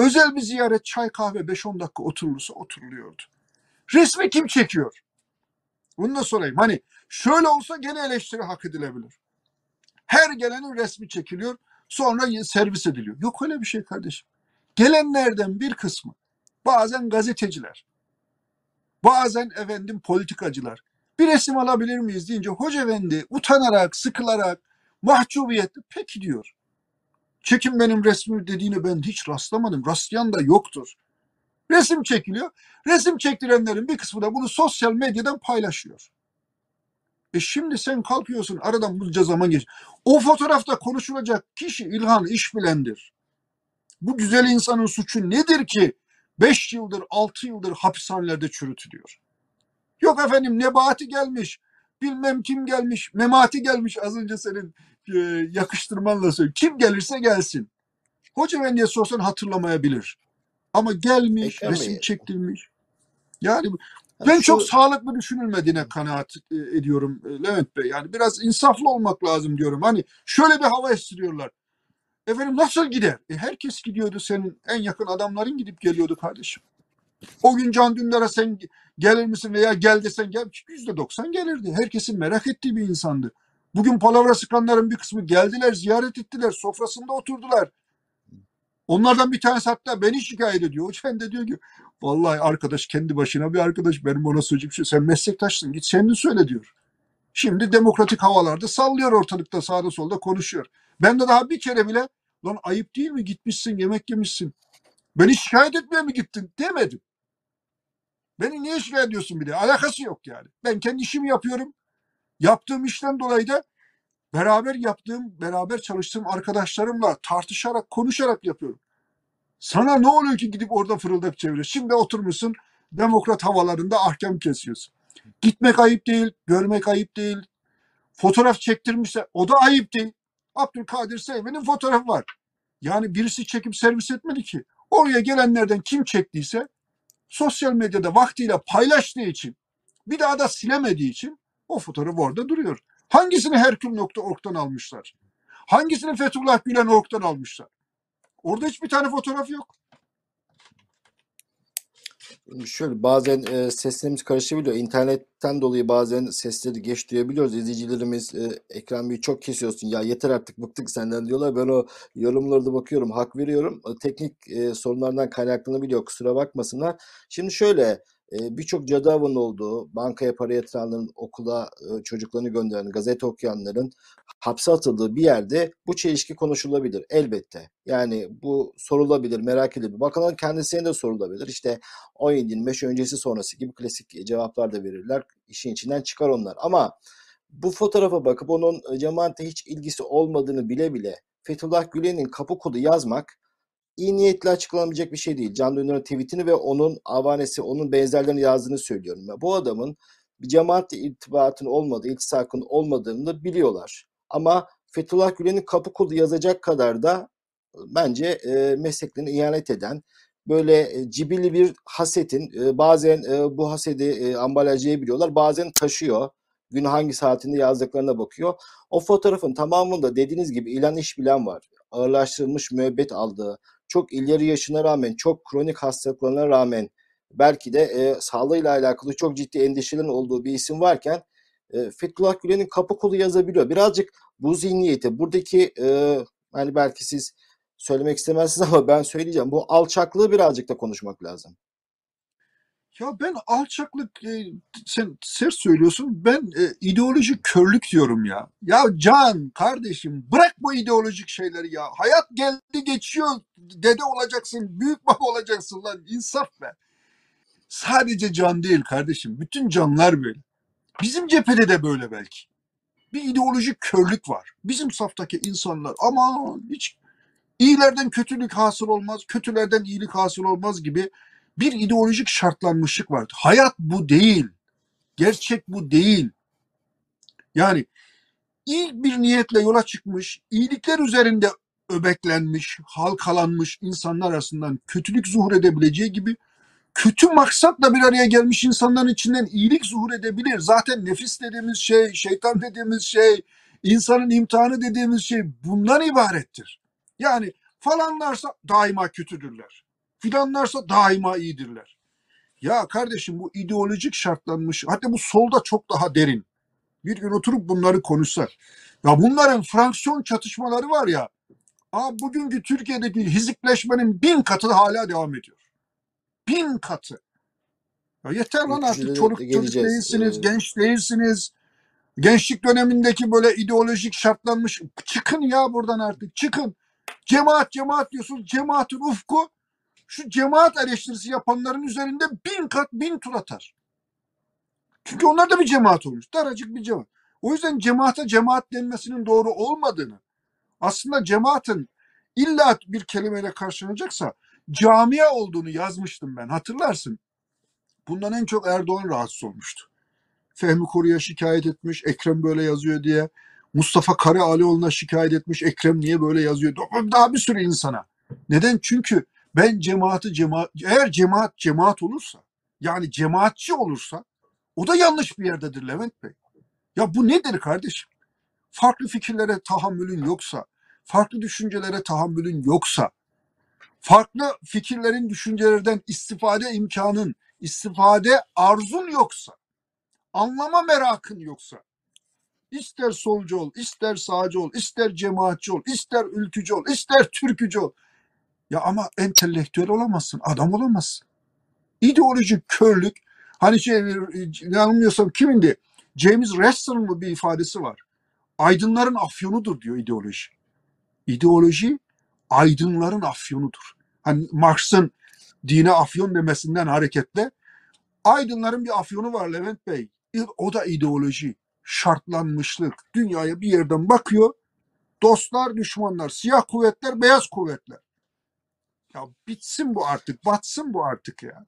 Özel bir ziyaret, çay kahve beş on dakika oturulursa oturuluyordu. Resmi kim çekiyor? Bunu da sorayım. Hani şöyle olsa gene eleştiri hak edilebilir. Her gelenin resmi çekiliyor, sonra servis ediliyor. Yok öyle bir şey kardeşim. Gelenlerden bir kısmı, bazen gazeteciler, bazen efendim politikacılar, bir resim alabilir miyiz deyince hoca efendi utanarak, sıkılarak, mahcubiyetli peki diyor. Çekin benim resmi dediğine ben hiç rastlamadım. Rastlayan da yoktur. Resim çekiliyor. Resim çektirenlerin bir kısmı da bunu sosyal medyadan paylaşıyor. E şimdi sen kalkıyorsun, aradan bunca zaman geç. O fotoğrafta konuşulacak kişi İlhan İşbilen'dir. Bu güzel insanın suçu nedir ki beş yıldır, altı yıldır hapishanelerde çürütülüyor? Yok efendim Nebati gelmiş, bilmem kim gelmiş, Memati gelmiş, az önce senin e, yakıştırmanla söyleyeyim. Kim gelirse gelsin. Hoca efendiye sorsan hatırlamayabilir. Ama gelmiş, Ekrem resim Bey, çektirmiş. Yani yani ben şu çok sağlıklı düşünülmediğine kanaat e, ediyorum e, Levent Bey. Yani biraz insaflı olmak lazım diyorum. Hani şöyle bir hava estiriyorlar. Efendim nasıl gider? E herkes gidiyordu, senin en yakın adamların gidip geliyordu kardeşim. O gün Can Dündar'a sen gelir misin veya gel desen gel, yüzde doksan gelirdi. Herkesin merak ettiği bir insandı. Bugün palavra sıkanların bir kısmı geldiler, ziyaret ettiler, sofrasında oturdular. Onlardan bir tanesi hatta beni şikayet ediyor. Hocam de diyor ki vallahi arkadaş kendi başına bir arkadaş, benim ona söyleyecek bir şey. Sen meslektaşsın, git kendin söyle diyor. Şimdi demokratik havalarda sallıyor, ortalıkta sağda solda konuşuyor. Ben de daha bir kere bile lan ayıp değil mi, gitmişsin yemek yemişsin, beni şikayet etmeye mi gittin demedim. Beni niye şikayet ediyorsun bir de, alakası yok yani. Ben kendi işimi yapıyorum. Yaptığım işten dolayı da beraber yaptığım, beraber çalıştığım arkadaşlarımla tartışarak, konuşarak yapıyorum. Sana ne oluyor ki gidip orada fırıldak çeviriyorsun? Şimdi oturmuşsun demokrat havalarında ahkam kesiyorsun. Gitmek ayıp değil, görmek ayıp değil. Fotoğraf çektirmişse o da ayıp değil. Abdülkadir Selvi'nin fotoğrafı var. Yani birisi çekip servis etmedi ki. Oraya gelenlerden kim çektiyse sosyal medyada vaktiyle paylaştığı için, bir daha da silemediği için o fotoğraf orada duruyor. Hangisini herkül nokta org'dan almışlar? Hangisini Fethullah Gülen org'dan almışlar? Orada hiçbir tane fotoğraf yok. şöyle bazen e, seslerimiz karışabiliyor. İnternetten dolayı bazen sesleri geç duyabiliyoruz. İzleyicilerimiz e, Ekrem Bey çok kesiyorsun. Ya yeter artık bıktık senden diyorlar. Ben o yorumlara da bakıyorum. Hak veriyorum. E, teknik e, sorunlardan kaynaklanabiliyor. Kusura bakmasınlar. Şimdi şöyle e, birçok cadı avının olduğu, bankaya para yatıranların, okula e, çocuklarını gönderen, gazete okuyanların hapse atıldığı bir yerde bu çelişki konuşulabilir elbette. Yani bu sorulabilir, merak edilebilir. Bakanın kendisine de sorulabilir. İşte on yedi yirmi beş öncesi sonrası gibi klasik cevaplar da verirler. İşin içinden çıkar onlar. Ama bu fotoğrafa bakıp onun cemaate hiç ilgisi olmadığını bile bile Fethullah Gülen'in kapı kodu yazmak iyi niyetli açıklanabilecek bir şey değil. Can Dündar'ın tweetini ve onun avanesi, onun benzerlerini yazdığını söylüyorum. Ya bu adamın bir cemaatle irtibatın olmadığı, iltisakın olmadığını da biliyorlar. Ama Fethullah Gülen'in kapı kodu yazacak kadar da bence e, mesleklerine ihanet eden, böyle e, cibili bir hasetin, e, bazen e, bu hasedi e, ambalajlayabiliyorlar, bazen taşıyor. Gün hangi saatinde yazdıklarına bakıyor. O fotoğrafın tamamında dediğiniz gibi ilan iş bilen var. Ağırlaştırılmış müebbet aldığı, çok ileri yaşına rağmen, çok kronik hastalıklarına rağmen belki de e, sağlığıyla alakalı çok ciddi endişelerin olduğu bir isim varken e, Fethullah Gülen'in kapı kolu yazabiliyor. Birazcık bu zihniyeti, buradaki e, hani belki siz söylemek istemezsiniz ama ben söyleyeceğim. Bu alçaklığı birazcık da konuşmak lazım. Ya ben alçaklık, e, sen sert söylüyorsun. Ben e, ideolojik körlük diyorum ya. Ya Can kardeşim, bırak bu ideolojik şeyleri ya. Hayat geldi geçiyor. Dede olacaksın, büyük baba olacaksın lan. İnsaf be. Sadece Can değil kardeşim. Bütün canlar böyle. Bizim cephede de böyle belki. Bir ideolojik körlük var. Bizim saftaki insanlar aman hiç iyilerden kötülük hasıl olmaz, kötülerden iyilik hasıl olmaz gibi bir ideolojik şartlanmışlık var. Hayat bu değil. Gerçek bu değil. Yani iyi bir niyetle yola çıkmış, iyilikler üzerinde öbeklenmiş, halkalanmış insanlar arasından kötülük zuhur edebileceği gibi kötü maksatla bir araya gelmiş insanların içinden iyilik zuhur edebilir. Zaten nefis dediğimiz şey, şeytan dediğimiz şey, insanın imtihanı dediğimiz şey bundan ibarettir. Yani falanlarsa daima kötüdürler. filanlarsa daima iyidirler. Ya kardeşim, bu ideolojik şartlanmış, hatta bu solda çok daha derin. Bir gün oturup bunları konuşsak. Ya bunların fraksiyon çatışmaları var ya, aa, bugünkü Türkiye'deki hizipleşmenin bin katı hala devam ediyor. Bin katı. Ya yeter lan artık, Ülkücülere çoluk de çocuk geleceğiz. değilsiniz, Ee, genç değilsiniz. Gençlik dönemindeki böyle ideolojik şartlanmış, çıkın ya buradan artık, çıkın. Cemaat cemaat diyorsunuz, cemaatin ufku şu cemaat eleştirisi yapanların üzerinde bin kat bin tur atar. Çünkü onlar da bir cemaat olmuş, daracık bir cemaat. O yüzden cemaate cemaat denmesinin doğru olmadığını, aslında cemaatin illa bir kelimeyle karşılanacaksa camia olduğunu yazmıştım ben, hatırlarsın. Bundan en çok Erdoğan rahatsız olmuştu. Fehmi Koru'ya şikayet etmiş, Ekrem böyle yazıyor diye. Mustafa Karaalioğlu'na şikayet etmiş, Ekrem niye böyle yazıyor? Daha bir sürü insana. Neden? Çünkü ben cemaati cemaat, eğer cemaat cemaat olursa, yani cemaatçi olursa, o da yanlış bir yerdedir Levent Bey. Ya bu nedir kardeşim? Farklı fikirlere tahammülün yoksa, farklı düşüncelere tahammülün yoksa, farklı fikirlerin, düşüncelerden istifade imkanın, istifade arzun yoksa, anlama merakın yoksa, ister solcu ol, ister sağcı ol, ister cemaatçi ol, ister ülkücü ol, ister türkücü ol. Ya ama entelektüel olamazsın, adam olamazsın. İdeolojik körlük, hani şey, yanılmıyorsam kimindi? James Russell'ın mı bir ifadesi var. Aydınların afyonudur diyor ideoloji. İdeoloji aydınların afyonudur. Hani Marx'ın dine afyon demesinden hareketle aydınların bir afyonu var Levent Bey. O da ideoloji, şartlanmışlık. Dünyaya bir yerden bakıyor. Dostlar, düşmanlar, siyah kuvvetler, beyaz kuvvetler. Ya bitsin bu artık, batsın bu artık ya.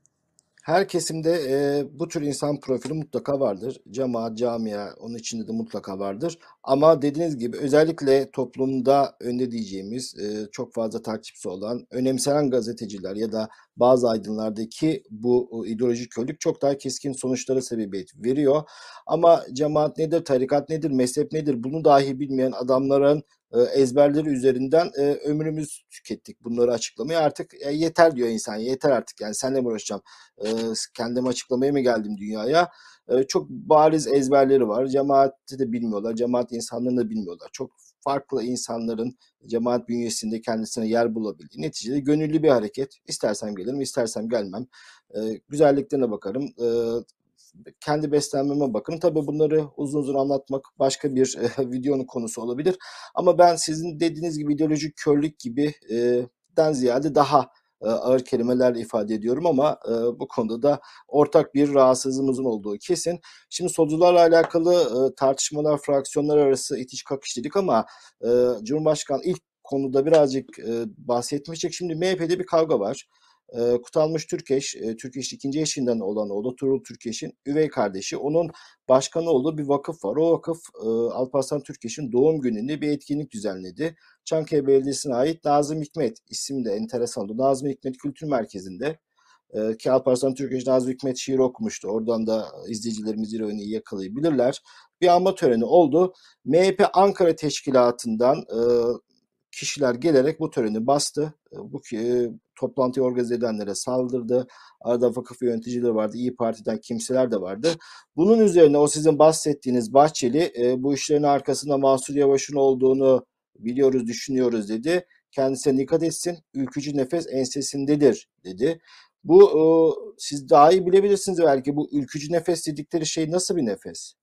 Her kesimde e, bu tür insan profili mutlaka vardır. Cemaat, camia onun içinde de mutlaka vardır. Ama dediğiniz gibi özellikle toplumda önde diyeceğimiz e, çok fazla takipçisi olan, önemsenen gazeteciler ya da bazı aydınlardaki bu e, ideolojik körlük çok daha keskin sonuçlara sebebiyet veriyor. Ama cemaat nedir, tarikat nedir, mezhep nedir bunu dahi bilmeyen adamların e, ezberleri üzerinden e, ömrümüz tükettik bunları açıklamaya. Artık e, yeter diyor insan, yeter artık, yani seninle mi uğraşacağım? E, Kendimi açıklamaya mı geldim dünyaya? E, çok bariz ezberleri var. Cemaati de bilmiyorlar. Cemaat insanlarını da bilmiyorlar. Çok farklı insanların cemaat bünyesinde kendisine yer bulabildiği. Neticede gönüllü bir hareket. İstersem gelirim, istersem gelmem. E, güzelliklerine bakarım. E, kendi beslenmeme bakın. Tabii bunları uzun uzun anlatmak başka bir e, videonun konusu olabilir. Ama ben sizin dediğiniz gibi ideolojik körlük gibi e, den ziyade daha e, ağır kelimelerle ifade ediyorum ama e, bu konuda da ortak bir rahatsızlığımızın olduğu kesin. Şimdi solcularla alakalı e, tartışmalar, fraksiyonlar arası itiş kakış dedik ama e, Cumhurbaşkanı ilk konuda birazcık e, bahsetmiştik. Şimdi M H P'de bir kavga var. E, Kutalmış Türkeş, e, Türkeş'in ikinci eşinden olan oğlu Tuğrul Türkeş'in üvey kardeşi. Onun başkanı olduğu bir vakıf var. O vakıf e, Alparslan Türkeş'in doğum gününde bir etkinlik düzenledi. Çankaya Belediyesi'ne ait Nazım Hikmet isim de enteresan oldu. Nazım Hikmet Kültür Merkezi'nde e, ki Alparslan Türkeş Nazım Hikmet şiir okumuştu. Oradan da izleyicilerimiz iyi yakalayabilirler. Bir anma töreni oldu. M H P Ankara Teşkilatı'ndan e, kişiler gelerek bu töreni bastı. Bu e, toplantıyı organize edenlere saldırdı. Arada vakıf yöneticileri vardı. İyi Parti'den kimseler de vardı. Bunun üzerine o sizin bahsettiğiniz Bahçeli e, bu işlerin arkasında Mansur Yavaş'ın olduğunu biliyoruz, düşünüyoruz dedi. Kendisine dikkat etsin. Ülkücü nefes ensesindedir dedi. Bu e, siz daha iyi bilebilirsiniz belki. Bu ülkücü nefes dedikleri şey nasıl bir nefes?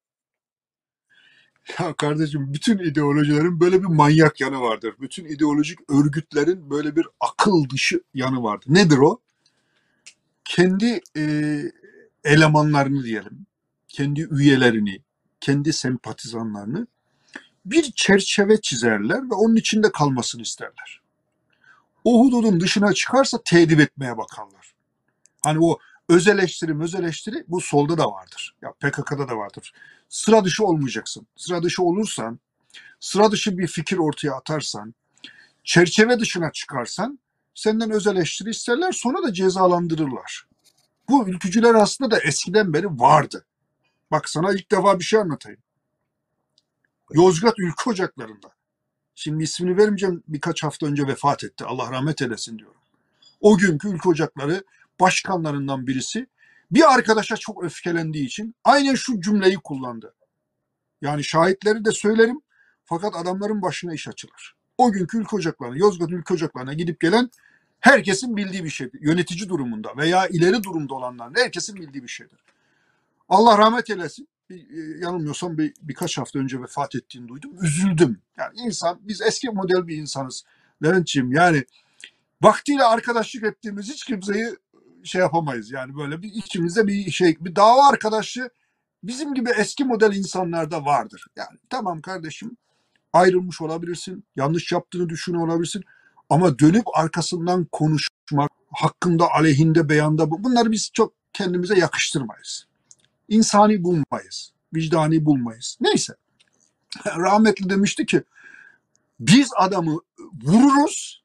Ya kardeşim, bütün ideolojilerin böyle bir manyak yanı vardır. Bütün ideolojik örgütlerin böyle bir akıl dışı yanı vardır. Nedir o? Kendi e, elemanlarını diyelim, kendi üyelerini, kendi sempatizanlarını bir çerçeve çizerler ve onun içinde kalmasını isterler. O hududun dışına çıkarsa tedip etmeye bakarlar. Hani o öz eleştiri, öz eleştiri bu solda da vardır. Ya P K K'da da vardır. Sıra dışı olmayacaksın. Sıra dışı olursan, sıra dışı bir fikir ortaya atarsan, çerçeve dışına çıkarsan senden öz eleştiri isterler, sonra da cezalandırırlar. Bu ülkücüler aslında da eskiden beri vardı. Bak sana ilk defa bir şey anlatayım. Yozgat Ülkü Ocakları'nda. Şimdi ismini vermeyeceğim, birkaç hafta önce vefat etti. Allah rahmet eylesin diyorum. O günkü Ülke Ocakları başkanlarından birisi bir arkadaşa çok öfkelendiği için aynen şu cümleyi kullandı. Yani şahitleri de söylerim fakat adamların başına iş açılır. O günkü Ülke Ocakları'na, Yozgat Ülke Ocakları'na gidip gelen herkesin bildiği bir şeydir. Yönetici durumunda veya ileri durumda olanların herkesin bildiği bir şeydir. Allah rahmet eylesin. Bir, yanılmıyorsam bir, birkaç hafta önce vefat ettiğini duydum. Üzüldüm. Yani insan, biz eski model bir insanız Leventciğim. Yani vaktiyle arkadaşlık ettiğimiz hiç kimseyi şey yapamayız. Yani böyle bir içimizde bir şey, bir dava arkadaşı bizim gibi eski model insanlarda vardır. Yani tamam kardeşim, ayrılmış olabilirsin, yanlış yaptığını düşünüyor olabilirsin ama dönüp arkasından konuşmak, hakkında aleyhinde beyanda, bunları biz çok kendimize yakıştırmayız. İnsani bulmayız, vicdani bulmayız. Neyse, rahmetli demişti ki biz adamı vururuz,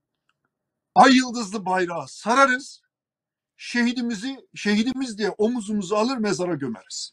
ay yıldızlı bayrağı sararız, şehidimizi şehidimiz diye omuzumuzu alır mezara gömeriz.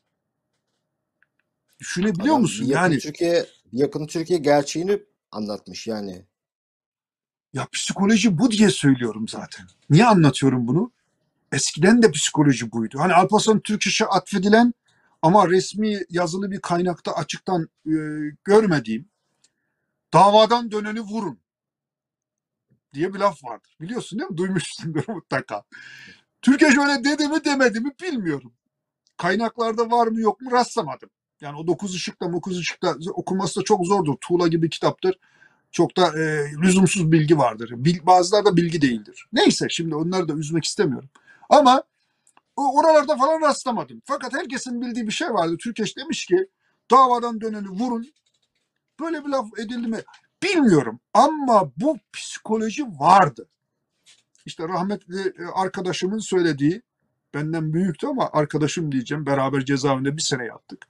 Düşünebiliyor Adam musun? bir yakın Yani Türkiye, bir yakın Türkiye gerçeğini anlatmış yani. ya psikoloji bu diye söylüyorum zaten. Niye anlatıyorum bunu? Eskiden de psikoloji buydu. Hani Alparslan Türkeş'e atfedilen ama resmi yazılı bir kaynakta açıktan e, görmediğim davadan döneni vurun diye bir laf vardır. Biliyorsun değil mi? Duymuşsundur mutlaka. Türkeş öyle dedi mi demedi mi bilmiyorum. Kaynaklarda var mı yok mu rastlamadım. Yani o dokuz ışıkta dokuz ışıkta okunması da çok zordur. Tuğla gibi kitaptır. Çok da e, lüzumsuz bilgi vardır. Bil, bazıları da bilgi değildir. Neyse şimdi onları da üzmek istemiyorum. Ama oralarda falan rastlamadım. Fakat herkesin bildiği bir şey vardı. Türkeş demiş ki davadan döneni vurun. Böyle bir laf edildi mi bilmiyorum. Ama bu psikoloji vardı. İşte rahmetli arkadaşımın söylediği, benden büyüktü ama arkadaşım diyeceğim. Beraber cezaevinde bir sene yattık.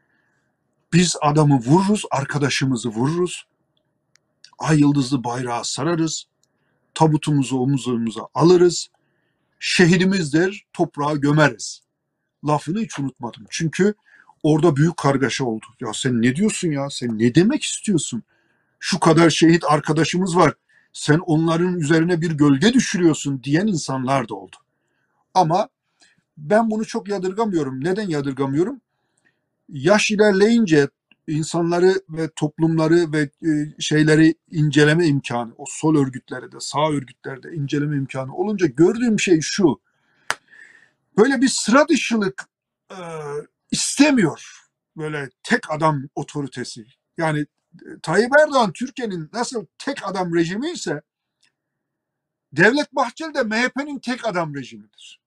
Biz adamı vururuz, arkadaşımızı vururuz. Ay yıldızlı bayrağı sararız. Tabutumuzu omuzumuza alırız. Şehidimizdir, toprağa gömeriz. Lafını hiç unutmadım. Çünkü orada büyük kargaşa oldu. Ya sen ne diyorsun ya? Sen ne demek istiyorsun? Şu kadar şehit arkadaşımız var. Sen onların üzerine bir gölge düşürüyorsun diyen insanlar da oldu. Ama ben bunu çok yadırgamıyorum. Neden yadırgamıyorum? Yaş ilerleyince insanları ve toplumları ve şeyleri inceleme imkanı, o sol örgütlerde de sağ örgütlerde inceleme imkanı olunca gördüğüm şey şu. Böyle bir sıra dışılık e, istemiyor. Böyle tek adam otoritesi. Yani Tayyip Erdoğan Türkiye'nin nasıl tek adam rejimi ise Devlet Bahçeli de M H P'nin tek adam rejimidir.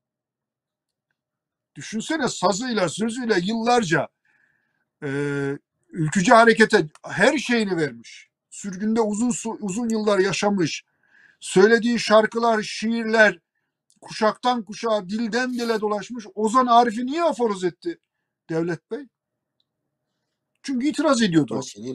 Düşünsene sazıyla sözüyle yıllarca e, ülkücü harekete her şeyini vermiş. Sürgünde uzun uzun yıllar yaşamış. Söylediği şarkılar, şiirler kuşaktan kuşağa, dilden dile dolaşmış. Ozan Arif'i niye aforoz etti Devlet Bey? Çünkü itiraz ediyordu. Bahçeli'ye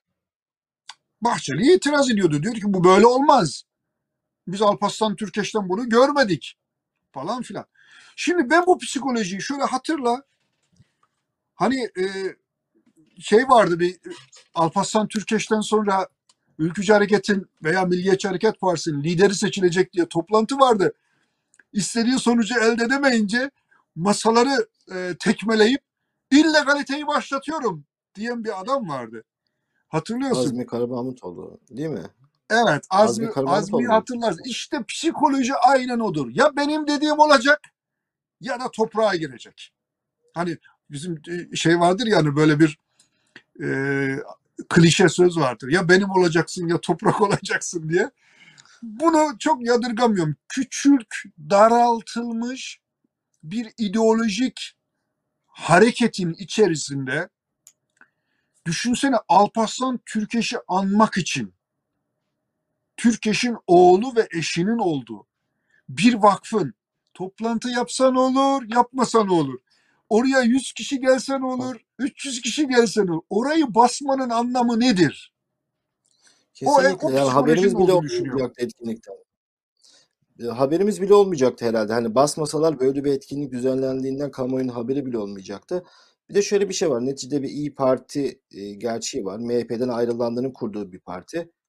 Bahçeli itiraz ediyordu. Diyor ki bu böyle olmaz. Biz Alparslan Türkeş'ten bunu görmedik. Falan filan. Şimdi ben bu psikolojiyi şöyle hatırla. Hani e, şey vardı bir Alparslan Türkeş'ten sonra Ülkücü Hareket'in veya Milliyetçi Hareket Partisi'nin lideri seçilecek diye toplantı vardı. İstediği sonucu elde edemeyince masaları e, tekmeleyip illegaliteyi başlatıyorum diyen bir adam vardı. Hatırlıyorsun. Azmi Karabahmutoğlu değil mi? Evet, Azmi, Azmi Azmi'yi Karabahmutoğlu. hatırlarsın. İşte psikoloji aynen odur. Ya benim dediğim olacak ya da toprağa girecek. Hani bizim şey vardır ya hani böyle bir e, klişe söz vardır. Ya benim olacaksın ya toprak olacaksın diye. Bunu çok yadırgamıyorum. Küçük, daraltılmış bir ideolojik hareketin içerisinde düşünsene Alparslan Türkeş'i anmak için Türkeş'in oğlu ve eşinin olduğu bir vakfın toplantı yapsan olur, yapmasan olur. Oraya yüz kişi gelsen olur, üç yüz kişi gelsen olur. Orayı basmanın anlamı nedir? Kesinlikle. O, o Yani haberimiz bile olduğunu düşünüyorum. olmayacaktı etkinlikten. E, Haberimiz bile olmayacaktı herhalde. Hani basmasalar böyle bir etkinlik düzenlendiğinden kamuoyunun haberi bile olmayacaktı. Bir de şöyle bir şey var. Neticede bir İYİ Parti e, gerçeği var. M H P'den ayrılanların kurduğu bir parti.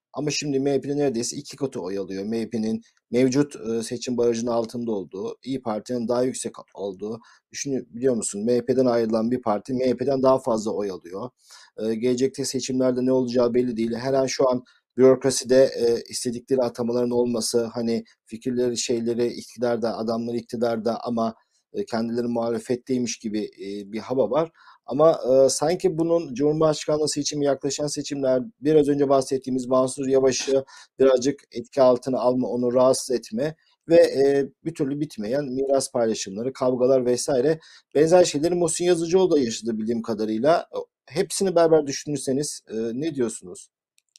Ama şimdi M H P'nin neredeyse iki katı oy alıyor. M H P'nin mevcut e, seçim barajının altında olduğu, İyi Parti'nin daha yüksek olduğu. Düşünebiliyor musun? M H P'den ayrılan bir parti M H P'den daha fazla oy alıyor. E, gelecekte seçimlerde ne olacağı belli değil. Her an şu an bürokraside e, istedikleri atamaların olması, hani fikirleri, şeyleri iktidarda, adamları iktidarda ama e, kendileri muhalefetteymiş gibi e, bir hava var. Ama e, sanki bunun Cumhurbaşkanlığı seçimi, yaklaşan seçimler, biraz önce bahsettiğimiz Mansur Yavaş'ı birazcık etki altına alma, onu rahatsız etme ve e, bir türlü bitmeyen miras paylaşımları, kavgalar vesaire benzer şeyleri Muhsin Yazıcıoğlu da yaşadı bildiğim kadarıyla. Hepsini beraber düşünürseniz e, ne diyorsunuz?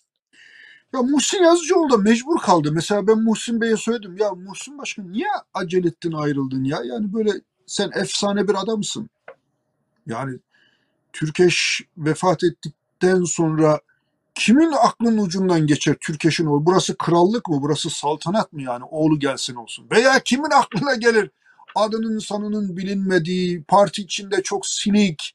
Ya Muhsin Yazıcıoğlu da mecbur kaldı. Mesela ben Muhsin Bey'e söyledim. Ya Muhsin Başkan niye acele ettin ayrıldın ya? Yani böyle sen efsane bir adamsın. Yani Türkeş vefat ettikten sonra kimin aklının ucundan geçer Türkeş'in oğlu? Burası krallık mı? Burası saltanat mı yani? Oğlu gelsin olsun. Veya kimin aklına gelir? Adının sanının bilinmediği, parti içinde çok sinik,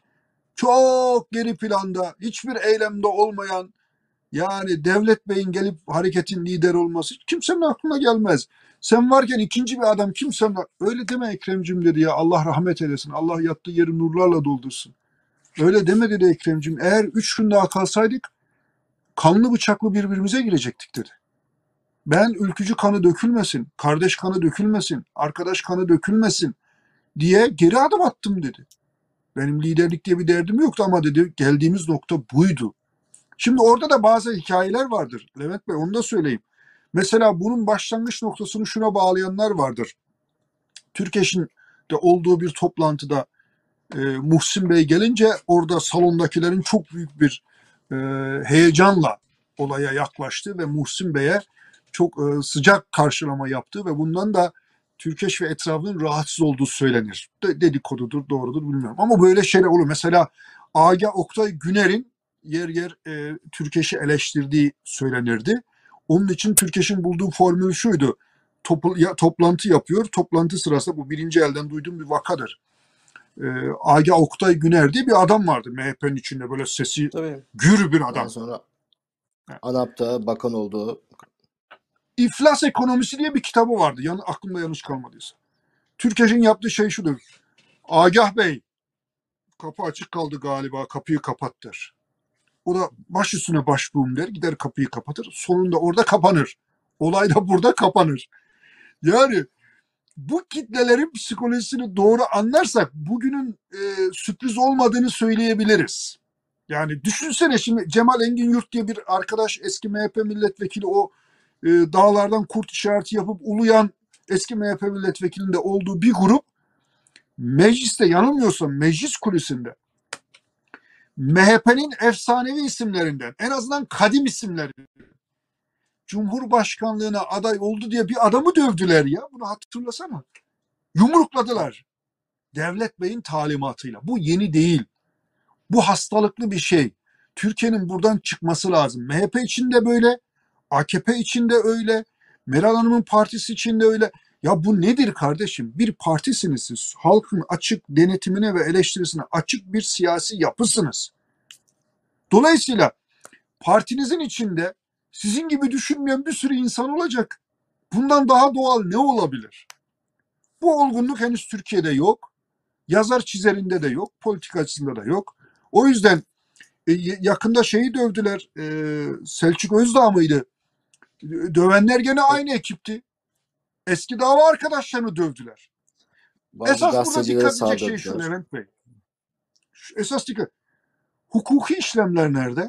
çok geri planda, hiçbir eylemde olmayan, yani Devlet Bey'in gelip hareketin lideri olması hiç kimsenin aklına gelmez. Sen varken ikinci bir adam kimsenin... Öyle deme Ekrem'cim dedi ya, Allah rahmet eylesin. Allah yattığı yeri nurlarla doldursun. Öyle deme dedi Ekrem'cim. Eğer üç gün daha kalsaydık kanlı bıçaklı birbirimize girecektik dedi. Ben ülkücü kanı dökülmesin, kardeş kanı dökülmesin, arkadaş kanı dökülmesin diye geri adım attım dedi. Benim liderlik diye bir derdim yoktu ama dedi geldiğimiz nokta buydu. Şimdi orada da bazı hikayeler vardır Levent Bey, onu da söyleyeyim. Mesela bunun başlangıç noktasını şuna bağlayanlar vardır. Türkeş'in de olduğu bir toplantıda e, Muhsin Bey gelince orada salondakilerin çok büyük bir e, heyecanla olaya yaklaştı ve Muhsin Bey'e çok e, sıcak karşılama yaptı ve bundan da Türkeş ve etrafının rahatsız olduğu söylenir. De, dedikodudur, doğrudur bilmiyorum. Ama böyle şeyler olur. Mesela Agah Oktay Güner'in yer yer e, Türkeş'i eleştirdiği söylenirdi. Onun için Türkeş'in bulduğu formül şuydu. Topl- ya, toplantı yapıyor. Toplantı sırasında, bu birinci elden duyduğum bir vakadır. E, Agah Oktay Güner diye bir adam vardı M H P'nin içinde, böyle sesi Tabii. gür bir Daha adam. sonra ANAP'ta bakan oldu. İflas Ekonomisi diye bir kitabı vardı. Yani aklımda yanlış kalmadıysa. Türkeş'in yaptığı şey şudur. Agah Bey, kapı açık kaldı galiba, kapıyı kapat der. O da baş üstüne başbuğum der, gider kapıyı kapatır. Sonunda orada kapanır. Olay da burada kapanır. Yani bu kitlelerin psikolojisini doğru anlarsak bugünün e, sürpriz olmadığını söyleyebiliriz. Yani düşünsene şimdi Cemal Engin Yurt diye bir arkadaş, eski M H P milletvekili, o e, dağlardan kurt işareti yapıp uluyan eski M H P milletvekilinde olduğu bir grup mecliste, yanılmıyorsam meclis kulisinde M H P'nin efsanevi isimlerinden, en azından kadim isimlerinden Cumhurbaşkanlığına aday oldu diye bir adamı dövdüler ya. Bunu hatırlasana. Yumrukladılar. Devlet Bey'in talimatıyla. Bu yeni değil. Bu hastalıklı bir şey. Türkiye'nin buradan çıkması lazım. M H P içinde böyle, A K P içinde öyle, Meral Hanım'ın partisi içinde öyle. Ya bu nedir kardeşim? Bir partisiniz siz. Halkın açık denetimine ve eleştirisine açık bir siyasi yapısınız. Dolayısıyla partinizin içinde sizin gibi düşünmeyen bir sürü insan olacak. Bundan daha doğal ne olabilir? Bu olgunluk henüz Türkiye'de yok. Yazar çizerinde de yok. Politikacısında da yok. O yüzden e, yakında şeyi dövdüler. E, Selçuk Özdağ mıydı? Dövenler gene aynı ekipti. Eski dava arkadaşlarını dövdüler. Bazı Esas burada gazetecilere dikkat edecek şey şu saldırdılar. Levent Bey. Şu, esas dikkat. Hukuki işlemler nerede?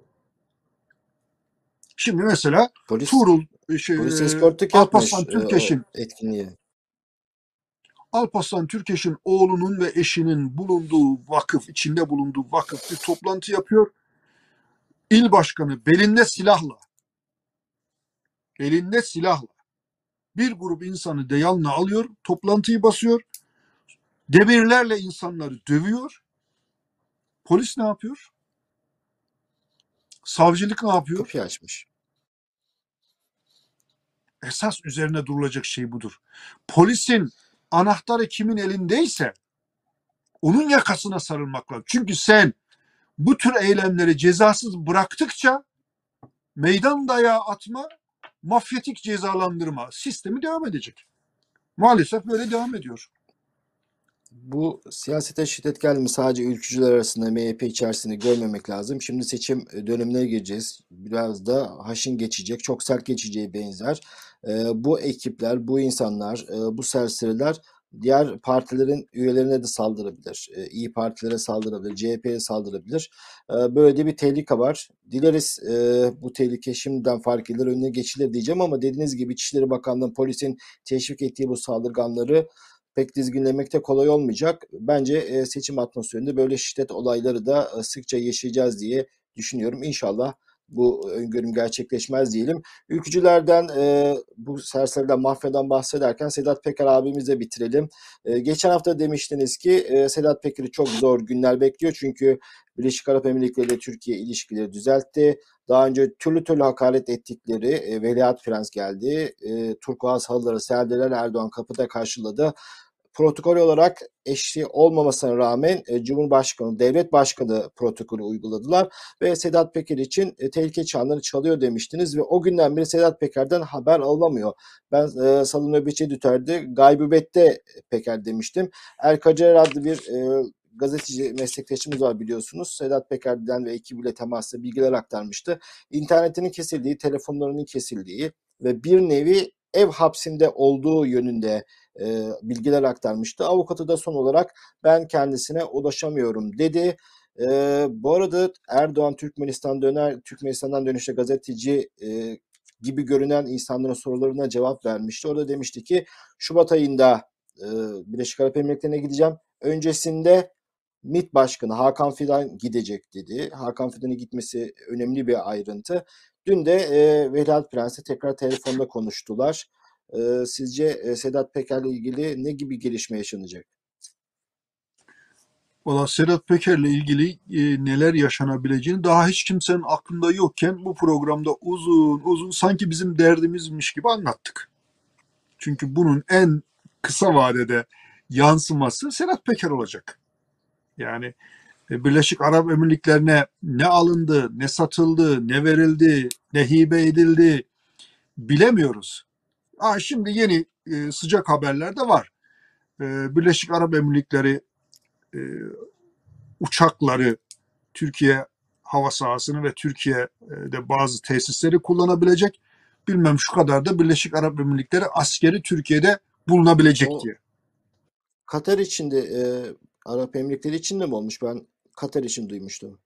Şimdi mesela Polis Tuğrul, şey, polis e, eskortluk yapmış Alparslan e, o Türkeş'in etkinliğe. Alparslan Türkeş'in oğlunun ve eşinin bulunduğu vakıf, içinde bulunduğu vakıf bir toplantı yapıyor. İl başkanı belinde silahla, elinde silahla bir grup insanı de yanına alıyor, toplantıyı basıyor, demirlerle insanları dövüyor. Polis ne yapıyor? Savcılık ne yapıyor? Kapıyı açmış. Esas üzerine durulacak şey budur. Polisin anahtarı kimin elindeyse onun yakasına sarılmak lazım. Çünkü sen bu tür eylemleri cezasız bıraktıkça meydan dayağı atma, mafyatik cezalandırma sistemi devam edecek. Maalesef böyle devam ediyor. Bu siyasete şiddet gelme sadece ülkücüler arasında M H P içerisinde görmemek lazım. Şimdi seçim dönemine gireceğiz. Biraz da haşin geçecek. Çok sert geçeceği benzer. Ee, bu ekipler, bu insanlar, e, bu serseriler diğer partilerin üyelerine de saldırabilir. Ee, İyi Partilere saldırabilir, C H P'ye saldırabilir. Ee, böyle de bir tehlike var. Dileriz e, bu tehlike şimdiden fark edilir, önüne geçilir diyeceğim ama dediğiniz gibi İçişleri Bakanlığı'nın, polisin teşvik ettiği bu saldırganları pek dizginlemekte kolay olmayacak. Bence e, seçim atmosferinde böyle şiddet olayları da e, sıkça yaşayacağız diye düşünüyorum. İnşallah bu öngörüm gerçekleşmez diyelim. Ülkücülerden, e, bu serseriden, mafyadan bahsederken Sedat Peker abimizle bitirelim. E, geçen hafta demiştiniz ki e, Sedat Peker'i çok zor günler bekliyor. Çünkü Birleşik Arap Emirlikleri ile Türkiye ilişkileri düzeltti. Daha önce türlü türlü hakaret ettikleri e, Veliaht Prens geldi. E, turkuaz halıları serdiler. Erdoğan kapıda karşıladı. Protokol olarak eşli olmamasına rağmen e, Cumhurbaşkanı, Devlet Başkanı protokolü uyguladılar ve Sedat Peker için e, tehlike çanları çalıyor demiştiniz ve o günden beri Sedat Peker'den haber alamıyor. Ben e, Salı Nöbetçi Düter'de gaybübette Peker demiştim. Erkacer adlı bir e, gazeteci meslektaşımız var biliyorsunuz. Sedat Peker'den ve ekibiyle temasla bilgiler aktarmıştı. İnternetinin kesildiği, telefonlarının kesildiği ve bir nevi ev hapsinde olduğu yönünde e, bilgiler aktarmıştı. Avukatı da son olarak ben kendisine ulaşamıyorum dedi. E, bu arada Erdoğan Türkmenistan döner, Türkmenistan'dan dönüşte gazeteci e, gibi görünen insanların sorularına cevap vermişti. Orada demişti ki Şubat ayında e, Birleşik Arap Emirlikleri'ne gideceğim. Öncesinde MİT Başkanı Hakan Fidan gidecek dedi. Hakan Fidan'ın gitmesi önemli bir ayrıntı. Dün de e, Veliaht Prens'le tekrar telefonda konuştular. E, sizce e, Sedat Peker'le ilgili ne gibi gelişme yaşanacak? Valla Sedat Peker'le ilgili e, neler yaşanabileceğini daha hiç kimsenin aklında yokken bu programda uzun uzun sanki bizim derdimizmiş gibi anlattık. Çünkü bunun en kısa vadede yansıması Sedat Peker olacak. Yani e, Birleşik Arap Emirlikleri'ne ne alındı, ne satıldı, ne verildi, ne hibe edildi bilemiyoruz. Ha, şimdi yeni e, sıcak haberler de var. E, Birleşik Arap Emirlikleri e, uçakları Türkiye hava sahasını ve Türkiye'de bazı tesisleri kullanabilecek. Bilmem şu kadar da Birleşik Arap Emirlikleri askeri Türkiye'de bulunabilecek O diye. Katar için de e, Arap Emirlikleri için de mi olmuş? Ben Katar için duymuştum.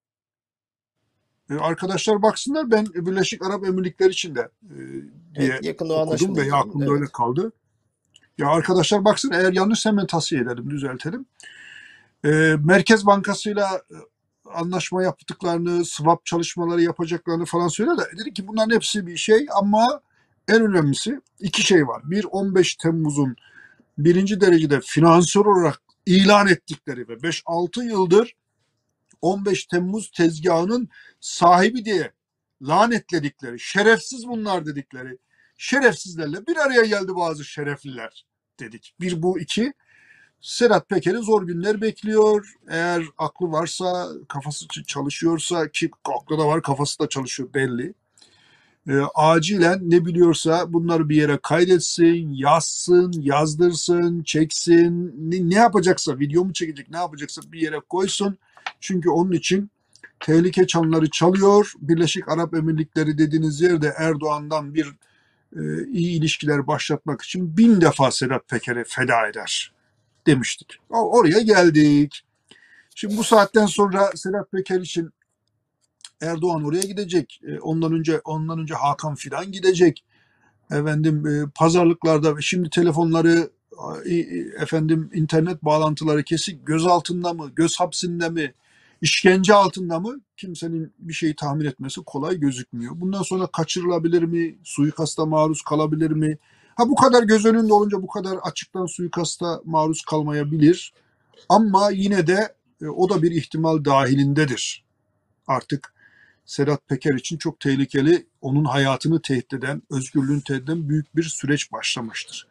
E, arkadaşlar baksınlar, ben Birleşik Arap Emirlikleri için de e, diye Evet, yakında o okudum anlaşma veya imzalandı. aklımda öyle Evet. kaldı. Ya arkadaşlar baksın, eğer yanlış hemen tavsiye edelim, düzeltelim. E, Merkez Bankası'yla e, anlaşma yaptıklarını, swap çalışmaları yapacaklarını falan söyledi de dedi ki bunların hepsi bir şey ama en önemlisi iki şey var. Bir, on beş Temmuz'un birinci derecede finansör olarak ilan ettikleri ve beş altı yıldır on beş Temmuz tezgahının sahibi diye lanetledikleri, şerefsiz bunlar dedikleri şerefsizlerle bir araya geldi bazı şerefliler dedik. Bir bu, iki. Sedat Peker'i zor günler bekliyor. Eğer aklı varsa, kafası çalışıyorsa, ki aklı da var, kafası da çalışıyor belli. E, acilen ne biliyorsa bunları bir yere kaydetsin, yazsın, yazdırsın, çeksin. Ne, ne yapacaksa, video mu çekecek, ne yapacaksa bir yere koysun. Çünkü onun için tehlike çanları çalıyor. Birleşik Arap Emirlikleri dediğiniz yerde Erdoğan'dan bir e, iyi ilişkiler başlatmak için bin defa Sedat Peker'i feda eder demiştik. O, oraya geldik. Şimdi bu saatten sonra Sedat Peker için Erdoğan oraya gidecek. E, ondan önce ondan önce Hakan Fidan gidecek. Efendim e, pazarlıklarda şimdi telefonları e, efendim internet bağlantıları kesik, göz altında mı, göz hapsinde mi, işkence altında mı, kimsenin bir şeyi tahmin etmesi kolay gözükmüyor. Bundan sonra kaçırılabilir mi, suikasta maruz kalabilir mi? Ha, bu kadar göz önünde olunca bu kadar açıktan suikasta maruz kalmayabilir. Ama yine de e, o da bir ihtimal dahilindedir. Artık Sedat Peker için çok tehlikeli, onun hayatını tehdit eden, özgürlüğünü tehdit eden büyük bir süreç başlamıştır.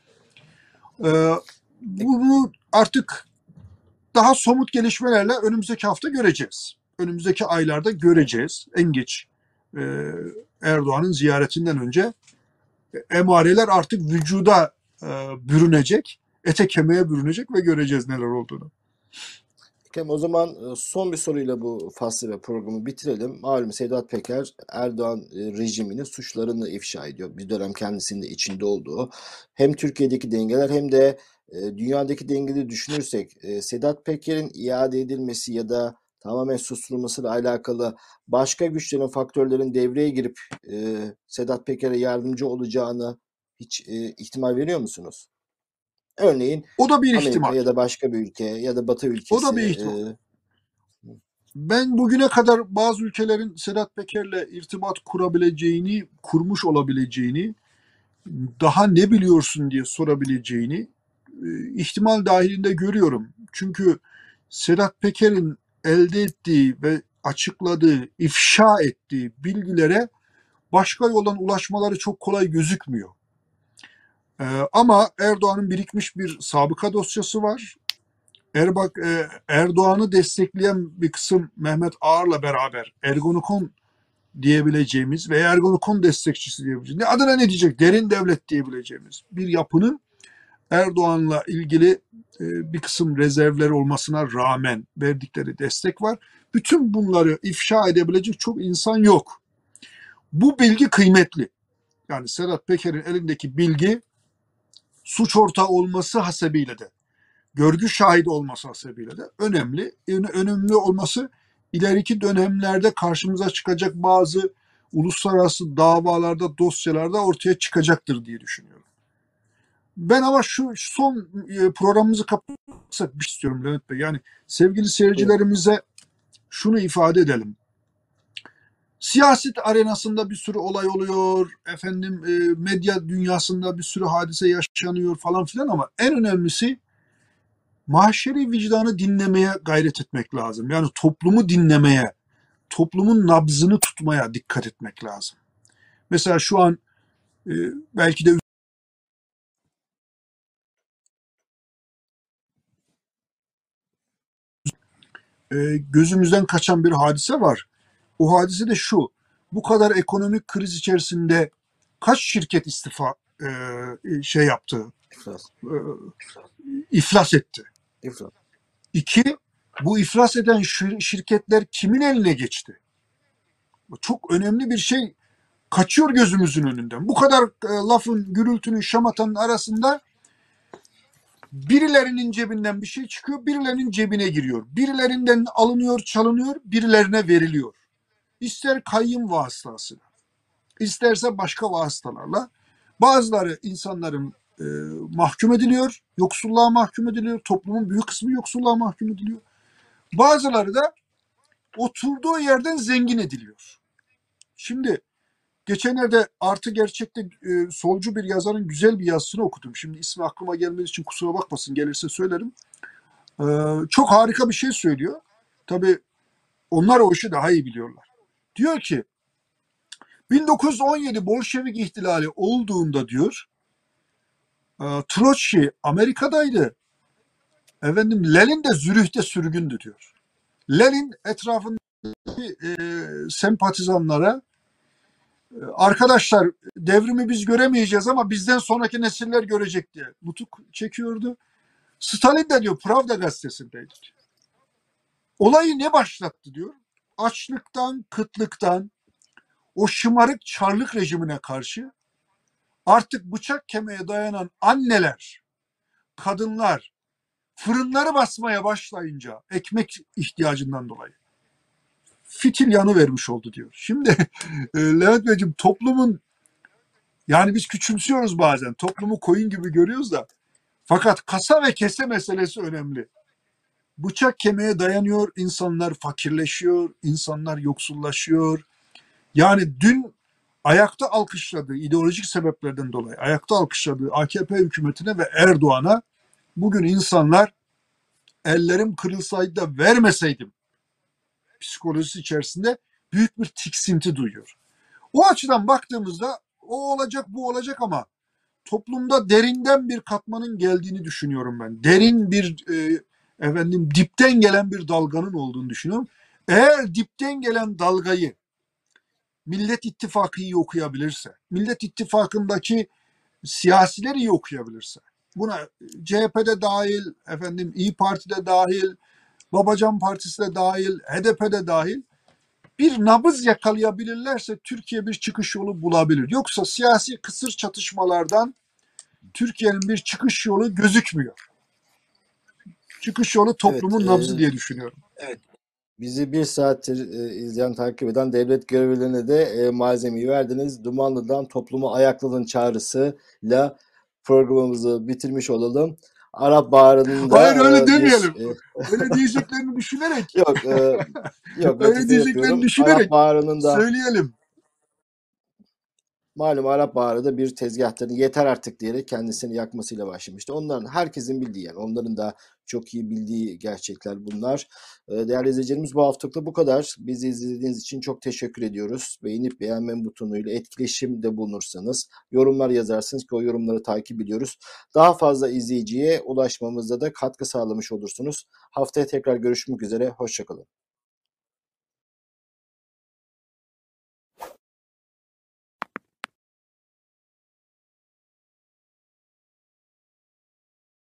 Ee, bunu artık daha somut gelişmelerle önümüzdeki hafta göreceğiz. Önümüzdeki aylarda göreceğiz. En geç e, Erdoğan'ın ziyaretinden önce emareler artık vücuda e, bürünecek, ete kemiğe bürünecek ve göreceğiz neler olduğunu. Ekrem, o zaman e, son bir soruyla bu faslı ve programı bitirelim. Malum Sedat Peker Erdoğan e, rejiminin suçlarını ifşa ediyor. Bir dönem kendisinin de içinde olduğu. Hem Türkiye'deki dengeler hem de e, dünyadaki dengeleri düşünürsek e, Sedat Peker'in iade edilmesi ya da tamamen susturulmasıyla alakalı başka güçlerin, faktörlerin devreye girip e, Sedat Peker'e yardımcı olacağını hiç e, ihtimal veriyor musunuz? Örneğin O da bir Amerika ihtimal. ya da başka bir ülke ya da Batı O ülkesi. da bir ihtimal. e, Ben bugüne kadar bazı ülkelerin Sedat Peker'le irtibat kurabileceğini, kurmuş olabileceğini, daha ne biliyorsun diye sorabileceğini e, ihtimal dahilinde görüyorum. Çünkü Sedat Peker'in elde ettiği ve açıkladığı, ifşa ettiği bilgilere başka yoldan ulaşmaları çok kolay gözükmüyor. Ee, ama Erdoğan'ın birikmiş bir sabıka dosyası var. Erbak, e, Erdoğan'ı destekleyen bir kısım Mehmet Ağar'la beraber Ergonokon diyebileceğimiz ve Ergonokon destekçisi diyebileceğimiz, ne adına ne diyecek, derin devlet diyebileceğimiz bir yapının Erdoğan'la ilgili e, bir kısım rezervleri olmasına rağmen verdikleri destek var. Bütün bunları ifşa edebilecek çok insan yok. Bu bilgi kıymetli. Yani Sedat Peker'in elindeki bilgi suç ortağı olması hasebiyle de, görgü şahidi olması hasebiyle de önemli. Önemli olması ileriki dönemlerde karşımıza çıkacak bazı uluslararası davalarda, dosyalarda ortaya çıkacaktır diye düşünüyorum. Ben ama şu son programımızı kapatsak bir istiyorum Levent Bey. Yani sevgili seyircilerimize şunu ifade edelim. Siyaset arenasında bir sürü olay oluyor, efendim medya dünyasında bir sürü hadise yaşanıyor falan filan ama en önemlisi mahşeri vicdanı dinlemeye gayret etmek lazım. Yani toplumu dinlemeye, toplumun nabzını tutmaya dikkat etmek lazım. Mesela şu an e, belki de e, gözümüzden kaçan bir hadise var. O hadise de şu: bu kadar ekonomik kriz içerisinde kaç şirket istifa e, şey yaptı, iflas. e, iflas etti? İflas. İki, bu iflas eden şir- şirketler kimin eline geçti? Bu çok önemli bir şey kaçıyor gözümüzün önünden. Bu kadar e, lafın, gürültünün, şamatanın arasında birilerinin cebinden bir şey çıkıyor, birilerinin cebine giriyor. Birilerinden alınıyor, çalınıyor, birilerine veriliyor. İster kayyım vasıtasıyla, isterse başka vasıtalarla. Bazıları insanların e, mahkum ediliyor, yoksulluğa mahkum ediliyor, toplumun büyük kısmı yoksulluğa mahkum ediliyor. Bazıları da oturduğu yerden zengin ediliyor. Şimdi geçenlerde Artı Gerçek'te e, solcu bir yazarın güzel bir yazısını okudum. Şimdi ismi aklıma gelmediği için kusura bakmasın, gelirse söylerim. E, çok harika bir şey söylüyor. Tabii onlar o işi daha iyi biliyorlar. Diyor ki bin dokuz yüz on yedi Bolşevik ihtilali olduğunda diyor e, Troçki Amerika'daydı. Efendim Lenin de Zürih'te sürgündü diyor. Lenin etrafındaki e, sempatizanlara arkadaşlar devrimi biz göremeyeceğiz ama bizden sonraki nesiller görecek diye nutuk çekiyordu. Stalin de diyor Pravda gazetesindeydi. Olayı ne başlattı diyor. Açlıktan, kıtlıktan, o şımarık Çarlık rejimine karşı artık bıçak kemiğe dayanan anneler, kadınlar fırınları basmaya başlayınca ekmek ihtiyacından dolayı fitil yanı vermiş oldu diyor. Şimdi Levent Beyciğim, toplumun, yani biz küçümsüyoruz bazen. Toplumu koyun gibi görüyoruz da. Fakat kasa ve kese meselesi önemli. Bıçak kemiğe dayanıyor, insanlar fakirleşiyor, insanlar yoksullaşıyor. Yani dün ayakta alkışladığı, ideolojik sebeplerden dolayı ayakta alkışladığı A K P hükümetine ve Erdoğan'a bugün insanlar ellerim kırılsaydı da vermeseydim psikolojisi içerisinde büyük bir tiksinti duyuyor. O açıdan baktığımızda o olacak, bu olacak ama toplumda derinden bir katmanın geldiğini düşünüyorum ben. Derin bir e, efendim dipten gelen bir dalganın olduğunu düşünüyorum. Eğer dipten gelen dalgayı Millet İttifakı iyi okuyabilirse, Millet İttifakı'ndaki siyasiler iyi okuyabilirse, buna C H P'de dahil, efendim İyi Parti'de dahil, Babacan Partisi de dahil, H D P'de dahil bir nabız yakalayabilirlerse Türkiye bir çıkış yolu bulabilir. Yoksa siyasi kısır çatışmalardan Türkiye'nin bir çıkış yolu gözükmüyor. Çıkış yolu Evet, toplumun e, nabzı diye düşünüyorum. bizi bir saattir e, izleyen, takip eden devlet görevlilerine de e, malzemeyi verdiniz. Dumanlı'dan topluma ayaklanın çağrısıyla programımızı bitirmiş olalım. Arap Baharı'nın Hayır da öyle e, bir demeyelim. e, Öyle diyeceklerini düşünerek, yok e, yok öyle latife diyeceklerini yapıyorum. Arap düşünerek Baharı'nın da söyleyelim. malum Arap Baharı da bir tezgahtarın yeter artık diyerek kendisini yakmasıyla başlamıştı. Onların, herkesin bildiği, yani onların da çok iyi bildiği gerçekler bunlar. Ee, Değerli izleyicilerimiz, bu haftalık da bu kadar. Bizi izlediğiniz için çok teşekkür ediyoruz. Beğenip beğenme butonuyla etkileşimde bulunursanız, yorumlar yazarsınız ki o yorumları takip ediyoruz. Daha fazla izleyiciye ulaşmamızda da katkı sağlamış olursunuz. Haftaya tekrar görüşmek üzere. Hoşça kalın.